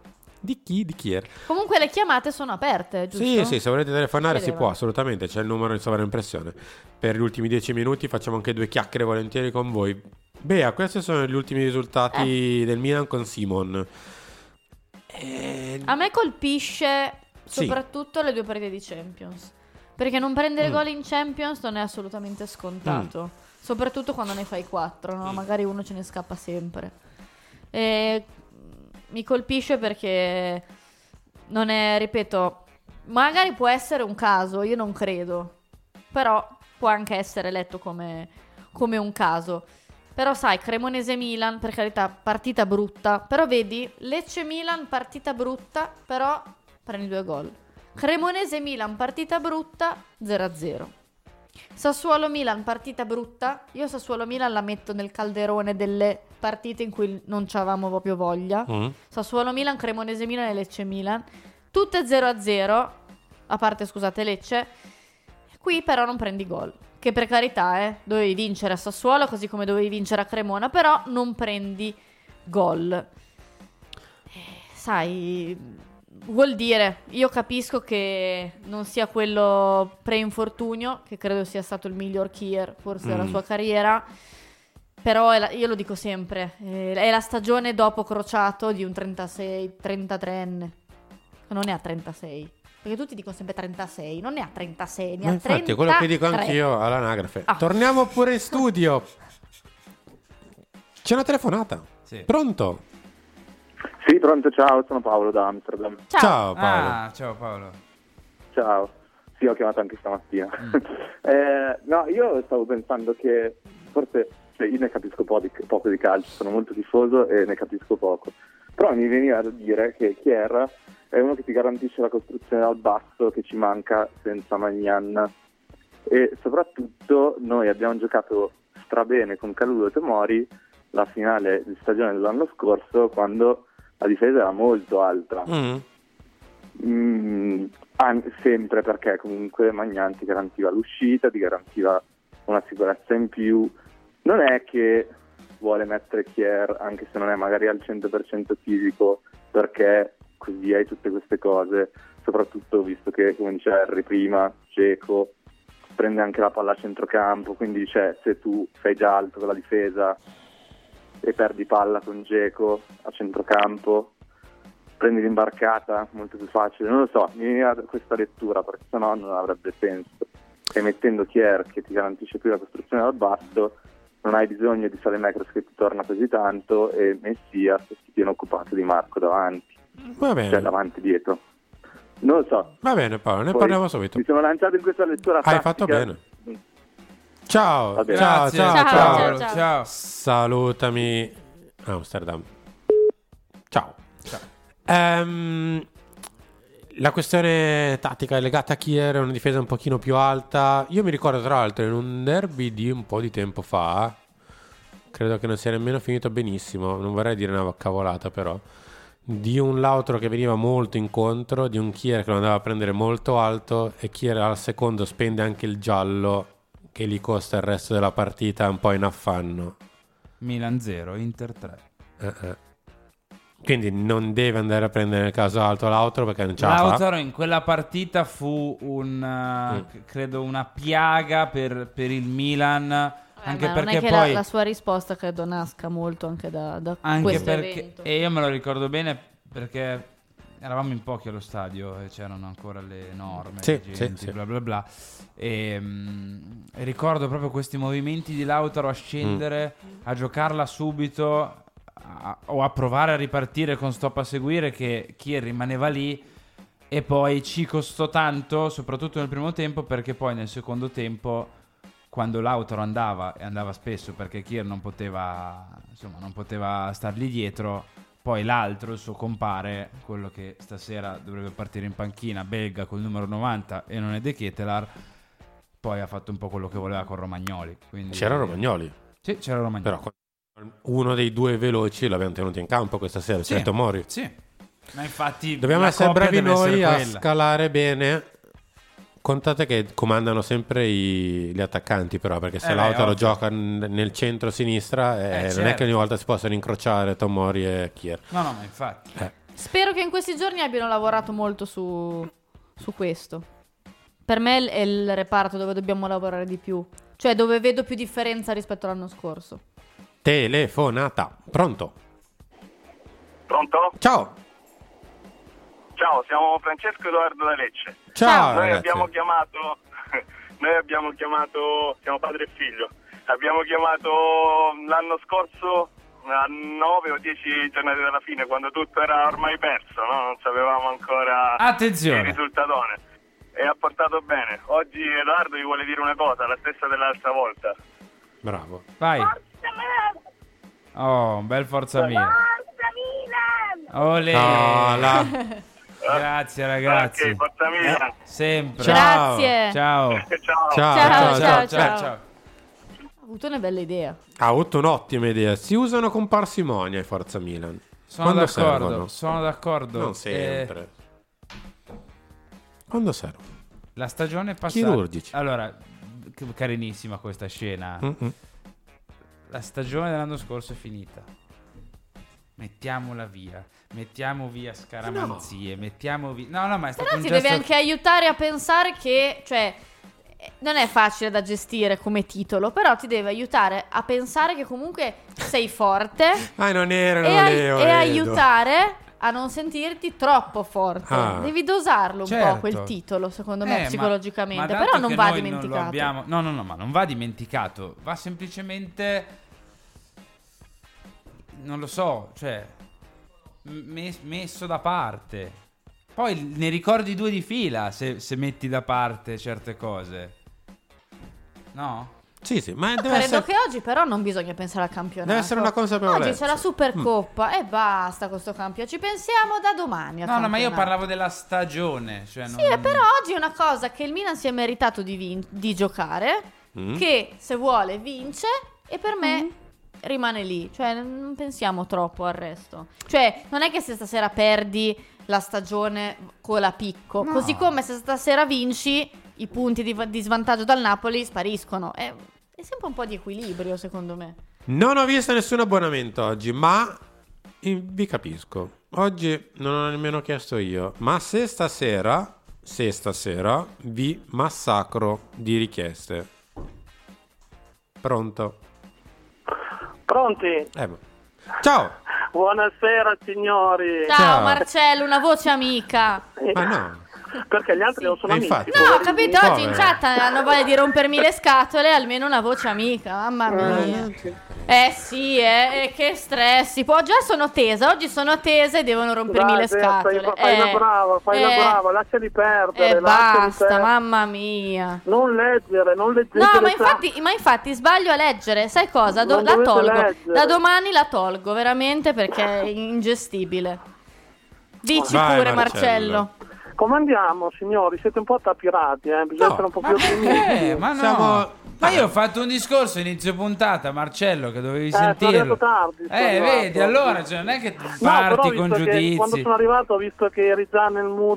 Di chi? Di Kier? Comunque le chiamate sono aperte, giusto? Sì, se volete telefonare si Vedeva. può, assolutamente. C'è il numero in sovraimpressione. Per gli ultimi 10 minuti facciamo anche 2 chiacchiere volentieri con voi. Bea, questi sono gli ultimi risultati del Milan con Simon. A me colpisce Sì. soprattutto le 2 partite di Champions. Perché non prendere gol in Champions non è assolutamente scontato. Soprattutto quando ne fai 4, no? Magari uno ce ne scappa sempre. E mi colpisce perché non è, ripeto, magari può essere un caso, io non credo. Però può anche essere letto come un caso. Però sai, Cremonese-Milan, per carità, partita brutta. Però vedi, Lecce-Milan, partita brutta, però prendi 2 gol. Cremonese-Milan, partita brutta, 0-0. Sassuolo-Milan, partita brutta. Io Sassuolo-Milan la metto nel calderone delle partite in cui non c'avevamo proprio voglia. Sassuolo-Milan, Cremonese-Milan e Lecce-Milan. Tutte 0-0, a parte, scusate, Lecce. Qui però non prendi gol. Che per carità, dovevi vincere a Sassuolo, così come dovevi vincere a Cremona, però non prendi gol. Sai, vuol dire, io capisco che non sia quello pre-infortunio, che credo sia stato il miglior Kier forse della sua carriera, però io lo dico sempre, è la stagione dopo Crociato di un 33enne, non è a 36. Perché tutti dicono sempre 36, non ne ha 36, ne ha 33. Infatti è quello che dico anch'io all'anagrafe. Torniamo pure in studio. C'è una telefonata. Sì. Pronto? Sì, pronto, ciao, sono Paolo da Amsterdam. Ciao Paolo. Ciao Paolo. Ciao. Sì, ho chiamato anche stamattina. No, io stavo pensando che forse io ne capisco poco di calcio, sono molto tifoso e ne capisco poco. Però mi veniva da dire che Kier è uno che ti garantisce la costruzione dal basso che ci manca senza Maignan. E soprattutto noi abbiamo giocato strabene con Kalulu e Tomori la finale di stagione dell'anno scorso, quando la difesa era molto alta. Sempre perché comunque Maignan ti garantiva l'uscita, ti garantiva una sicurezza in più. Non è che vuole mettere Kier, anche se non è magari al 100% fisico, perché così hai tutte queste cose, soprattutto visto che, come diceva Harry prima, Dzeko prende anche la palla a centrocampo, quindi se tu sei già alto con la difesa e perdi palla con Dzeko a centrocampo, prendi l'imbarcata molto più facile, non lo so, mi viene questa lettura, perché sennò non avrebbe senso. E mettendo Kier che ti garantisce più la costruzione dal basso, non hai bisogno di Saelemaekers che ti torna così tanto, e Messias che ti tiene occupato di Marco davanti. Va bene. Cioè davanti dietro. Non lo so. Va bene Paolo, ne Poi parliamo subito. Mi sono lanciato in questa lettura Hai tattica. fatto bene. Ciao. Va bene. Ciao, Grazie. ciao, Ciao. ciao. Ciao. Salutami Amsterdam. Ciao. La questione tattica è legata a Kier, è una difesa un pochino più alta. Io mi ricordo tra l'altro in un derby di un po' di tempo fa, credo che non sia nemmeno finito benissimo, non vorrei dire una cavolata però, di un Lautaro che veniva molto incontro, di un Kier che lo andava a prendere molto alto, e Kier al secondo spende anche il giallo che gli costa il resto della partita un po' in affanno. Milan 0, Inter 3. Quindi non deve andare a prendere nel caso alto Lautaro, perché non ce la fa. Lautaro in quella partita fu credo una piaga per il Milan, anche ma perché non è che poi la sua risposta credo nasca molto anche da anche questo perché evento. e io me lo ricordo bene perché eravamo in pochi allo stadio e c'erano ancora le norme, Sì, le gente, sì. bla bla bla, e ricordo proprio questi movimenti di Lautaro a scendere, a giocarla subito, o a provare a ripartire con stop a seguire, che Kier rimaneva lì, e poi ci costò tanto soprattutto nel primo tempo, perché poi nel secondo tempo, quando Lautaro andava, e andava spesso perché Kier non poteva stargli dietro, poi l'altro, il suo compare, quello che stasera dovrebbe partire in panchina, belga col numero 90 e non è De Ketelaar, poi ha fatto un po' quello che voleva con Romagnoli. Quindi C'era Romagnoli. Sì, c'era Romagnoli. Però uno dei due veloci l'abbiamo tenuto in campo questa sera, Sì, cioè Tomori. sì. Ma infatti dobbiamo la essere coppia bravi deve noi essere a quella. scalare bene. Contate che comandano sempre gli attaccanti, però, perché se Lautaro ovvio. gioca nel centro-sinistra non è certo. che ogni volta si possano incrociare Tomori e Kier. No, ma infatti. Spero che in questi giorni abbiano lavorato molto su questo. Per me è il reparto dove dobbiamo lavorare di più, cioè dove vedo più differenza rispetto all'anno scorso. Telefonata. Pronto? Pronto? Ciao. Ciao, siamo Francesco Edoardo da Lecce. Ciao, Noi ragazzi. abbiamo chiamato, siamo padre e figlio. Abbiamo chiamato l'anno scorso a 9 o 10 giornate dalla fine, quando tutto era ormai perso, no? Non sapevamo ancora Attenzione. il risultatone. E ha portato bene. Oggi Edoardo vi vuole dire una cosa, la stessa dell'altra volta. Bravo. Vai. Oh, un bel Forza Milan. Olè. Grazie ragazzi. Ok, Forza Milan. Sempre. Grazie. Ciao. Ciao. Ha avuto una bella idea. Ha avuto un'ottima idea. Si usano con parsimonia i Forza Milan. Quando servono. Sono d'accordo. Non sempre. Quando servono? La stagione passata. Chirurgici. Allora, carinissima questa scena. La stagione dell'anno scorso è finita. Mettiamola via. Mettiamo via scaramanzie. Mettiamo via. No, ma è stato Però un ti gesto. deve anche aiutare a pensare che, cioè, non è facile da gestire come titolo, però ti deve aiutare a pensare che comunque sei forte Non erano e aiutare a non sentirti troppo forte. Devi dosarlo un po' quel titolo, secondo me, psicologicamente. ma Però non che va noi dimenticato. No, ma non va dimenticato. Va semplicemente, non lo so, cioè messo da parte. Poi ne ricordi 2 di fila se metti da parte certe cose. No? Sì, ma deve Credo essere... che oggi però non bisogna pensare al campionato. Deve essere una consapevolezza. Oggi c'è la Supercoppa e basta con sto campionato. Ci pensiamo da domani al No, ma io campionato. parlavo della stagione. Cioè Sì, però oggi è una cosa che il Milan si è meritato di giocare, che se vuole vince e per me rimane lì. Cioè non pensiamo troppo al resto. Cioè non è che se stasera perdi la stagione cola picco, così come se stasera vinci i punti di svantaggio dal Napoli spariscono. È sempre un po' di equilibrio, secondo me. Non ho visto nessun abbonamento oggi, ma vi capisco. Oggi non ho nemmeno chiesto io. Ma se stasera vi massacro di richieste. Pronto? Pronti? Ciao. Buonasera signori. Ciao Marcello, una voce amica. Ma no. Perché gli altri non sono amici. infatti. No, ho capito, oggi in Povero. chat hanno voglia di rompermi le scatole, almeno una voce amica, mamma mia. Sì, che stress. Oggi sono tesa e devono rompermi le scatole. Fai la brava, lasciali perdere. Basta, mamma mia. Non leggere. No, ma infatti sbaglio a leggere. Sai cosa? Non La dovete tolgo. leggere. Da domani la tolgo, veramente, perché è ingestibile. Dici Vai, pure, Marcello. Marcello. Come andiamo, signori? Siete un po' attapirati, bisogna essere un po' più ottimisti. Ma no. Ma io ho fatto un discorso inizio puntata, Marcello, che dovevi sono sentirlo. arrivato tardi. Vedi, allora, cioè, non è che No, parti però con visto che giudizi. quando sono arrivato ho visto che eri già nel mood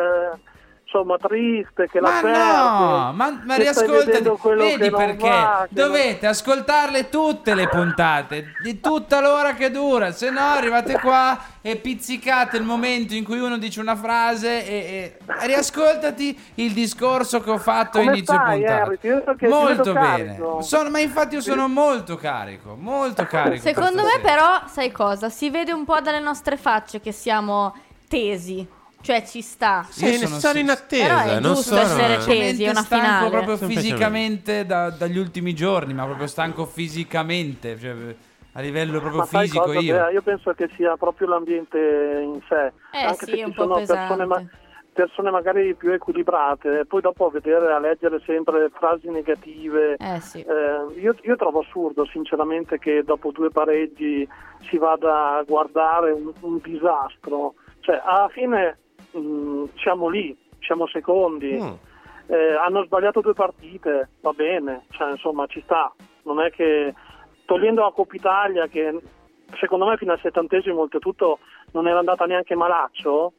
insomma triste, che la perdi. No, ma riascoltati, vedi perché va, dovete ascoltarle tutte le puntate di tutta l'ora che dura, se no arrivate qua e pizzicate il momento in cui uno dice una frase e riascoltati il discorso che ho fatto Come inizio stai, puntata. Harry? Ti vedo che Molto ti vedo bene, carico. ma infatti io sono molto carico. Secondo me però, sai cosa? Si vede un po' dalle nostre facce che siamo tesi. Cioè ci sta. Sì, sono in attesa. Però è non giusto sono essere tesi, è una stanco finale. proprio fisicamente dagli ultimi giorni, ma proprio stanco fisicamente, cioè a livello proprio Ma sai fisico cosa? io Penso che sia proprio l'ambiente in sé. Anche sì, se è un ci po' sono pesante. persone magari più equilibrate, poi dopo vedere a leggere sempre frasi negative. Sì. Io trovo assurdo sinceramente che dopo 2 pareggi si vada a guardare un disastro. Cioè alla fine siamo lì, siamo secondi. Hanno sbagliato 2 partite, va bene, cioè insomma ci sta. Non è che, togliendo la Coppa Italia, che secondo me fino al 70° oltretutto non era andata neanche malaccio,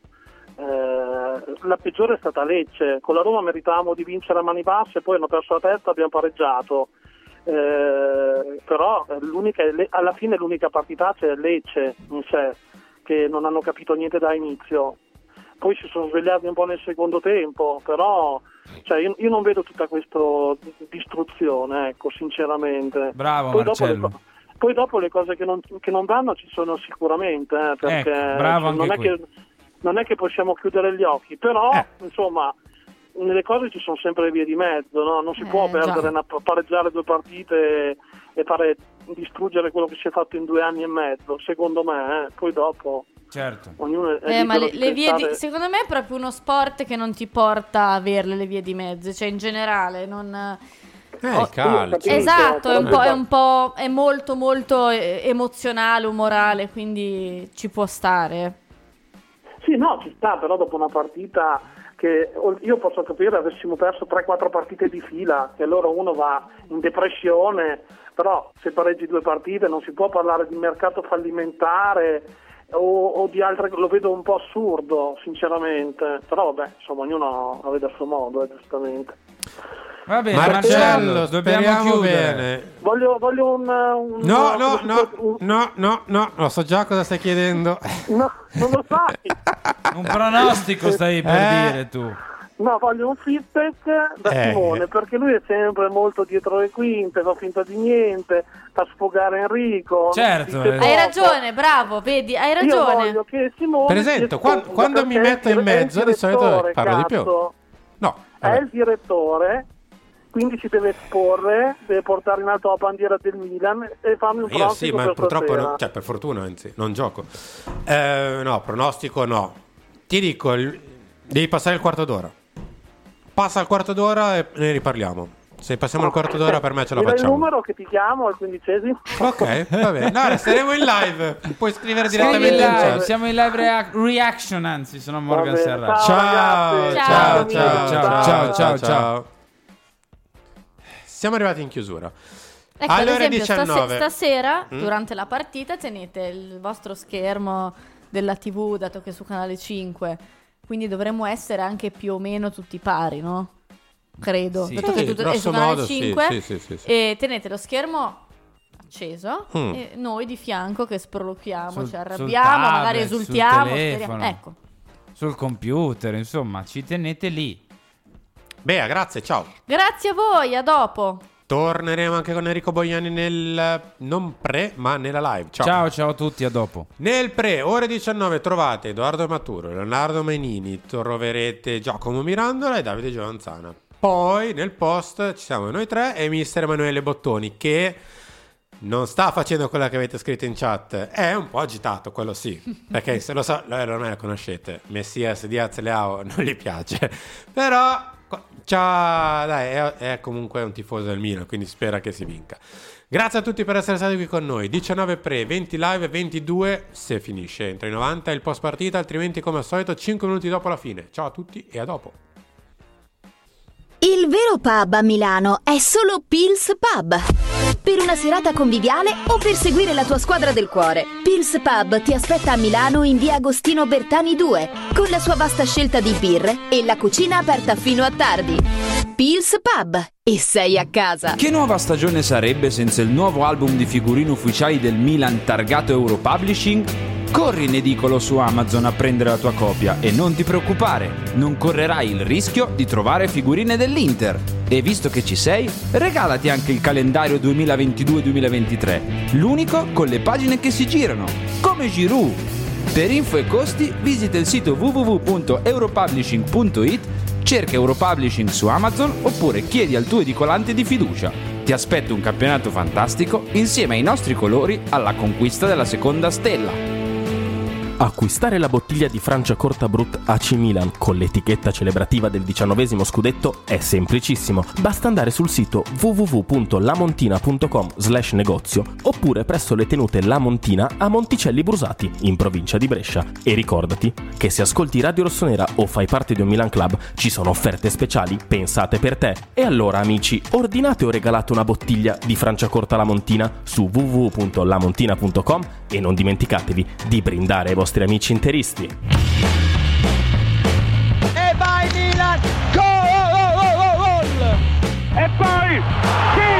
la peggiore è stata Lecce. Con la Roma meritavamo di vincere a mani basse, poi hanno perso la testa, abbiamo pareggiato. Però alla fine l'unica partitaccia è Lecce in sé, che non hanno capito niente da inizio. Poi si sono svegliati un po' nel secondo tempo, però cioè, io non vedo tutta questa distruzione, ecco, sinceramente. Bravo Poi Marcello. Poi dopo le cose che non vanno ci sono sicuramente, perché bravo anche non è che possiamo chiudere gli occhi, però insomma nelle cose ci sono sempre le vie di mezzo, no? Non si può pareggiare 2 partite e fare distruggere quello che si è fatto in 2 anni e mezzo, secondo me, poi dopo certo. ognuno è ma libero le di vie pensare. secondo me è proprio uno sport che non ti porta a averle le vie di mezzo, cioè in generale non... il calcio. Esatto, è molto molto emozionale, umorale, quindi ci può stare. Sì, no, ci sta, però dopo una partita che io posso capire avessimo perso 3-4 partite di fila, che allora uno va in depressione, però se pareggi 2 partite non si può parlare di mercato fallimentare o di altre, lo vedo un po' assurdo sinceramente, però vabbè, insomma ognuno la vede a suo modo, giustamente. Va bene, Marcello, dobbiamo speriamo chiudere. bene. Voglio un No, lo so già cosa stai chiedendo. No, non lo sai. Un pronostico stai per dire tu. No, voglio un feedback da Simone, perché lui è sempre molto dietro le quinte, fa finta di niente, fa sfogare Enrico. Certo. Hai ragione, bravo, vedi, hai ragione. Io voglio che Simone Per esempio, quando mi metto in mezzo di solito parlo di più. No, è il direttore, quindi si deve esporre, deve portare in alto la bandiera del Milan e farmi un Io pronostico sì, ma per purtroppo stasera. per fortuna anzi, non gioco. No, pronostico no. Ti dico, devi passare il quarto d'ora. Passa il quarto d'ora e ne riparliamo. Se passiamo il quarto d'ora per me ce la Mi dai il facciamo. numero che ti chiamo al 15°? Ok, va bene. No, resteremo in live. Puoi scrivere direttamente in chat. Siamo in live reaction, anzi, sono Morgan bene, Serra. Ciao. Siamo arrivati in chiusura. Ecco, alle ad ore esempio, 19. stasera, durante la partita, tenete il vostro schermo della TV, dato che è su canale 5. Quindi dovremmo essere anche più o meno tutti pari, no? Credo. Sì. Dato che Sì, tutto è grosso su canale modo, sì, 5. sì. E tenete lo schermo acceso Mm. e noi di fianco che sproloquiamo, Sul- ci sul arrabbiamo, tablet, magari sul esultiamo. telefono. Speriamo. Ecco. Sul computer, insomma, ci tenete lì. Bea, grazie, ciao. Grazie a voi, a dopo. Torneremo anche con Enrico Boiani nel non pre, ma nella live. Ciao a tutti, a dopo. Nel pre, ore 19, trovate Edoardo Maturo, Leonardo Menini, troverete Giacomo Mirandola e Davide Giovanzana. Poi nel post ci siamo noi 3 e mister Emanuele Bottoni, che non sta facendo quella che avete scritto in chat. È un po' agitato, quello sì, perché se lo so, non la conoscete. Messias Diaz Leao non gli piace, però ciao, dai, è comunque un tifoso del Milan, quindi spera che si vinca. Grazie a tutti per essere stati qui con noi. 19 pre, 20 live, 22 se finisce entro i 90 il post partita, altrimenti come al solito 5 minuti dopo la fine. Ciao a tutti e a dopo. Il vero pub a Milano è solo Pils Pub. Per una serata conviviale o per seguire la tua squadra del cuore, Pils Pub ti aspetta a Milano in via Agostino Bertani 2, con la sua vasta scelta di birre e la cucina aperta fino a tardi. Pils Pub, e sei a casa. Che nuova stagione sarebbe senza il nuovo album di figurine ufficiali del Milan targato Euro Publishing? Corri in edicolo su Amazon a prendere la tua copia e non ti preoccupare, non correrai il rischio di trovare figurine dell'Inter. E visto che ci sei, regalati anche il calendario 2022-2023, l'unico con le pagine che si girano, come Giroud. Per info e costi visita il sito www.europublishing.it, cerca Europublishing su Amazon oppure chiedi al tuo edicolante di fiducia. Ti aspetta un campionato fantastico insieme ai nostri colori alla conquista della seconda stella. Acquistare la bottiglia di Franciacorta Brut AC Milan con l'etichetta celebrativa del 19° scudetto è semplicissimo. Basta andare sul sito www.lamontina.com/negozio oppure presso le tenute La Montina a Monticelli Brusati, in provincia di Brescia. E ricordati che se ascolti Radio Rossonera o fai parte di un Milan Club ci sono offerte speciali pensate per te. E allora amici, ordinate o regalate una bottiglia di Franciacorta La Montina su www.lamontina.com e non dimenticatevi di brindare ai vostri amici interisti. E vai Milan, gol! E poi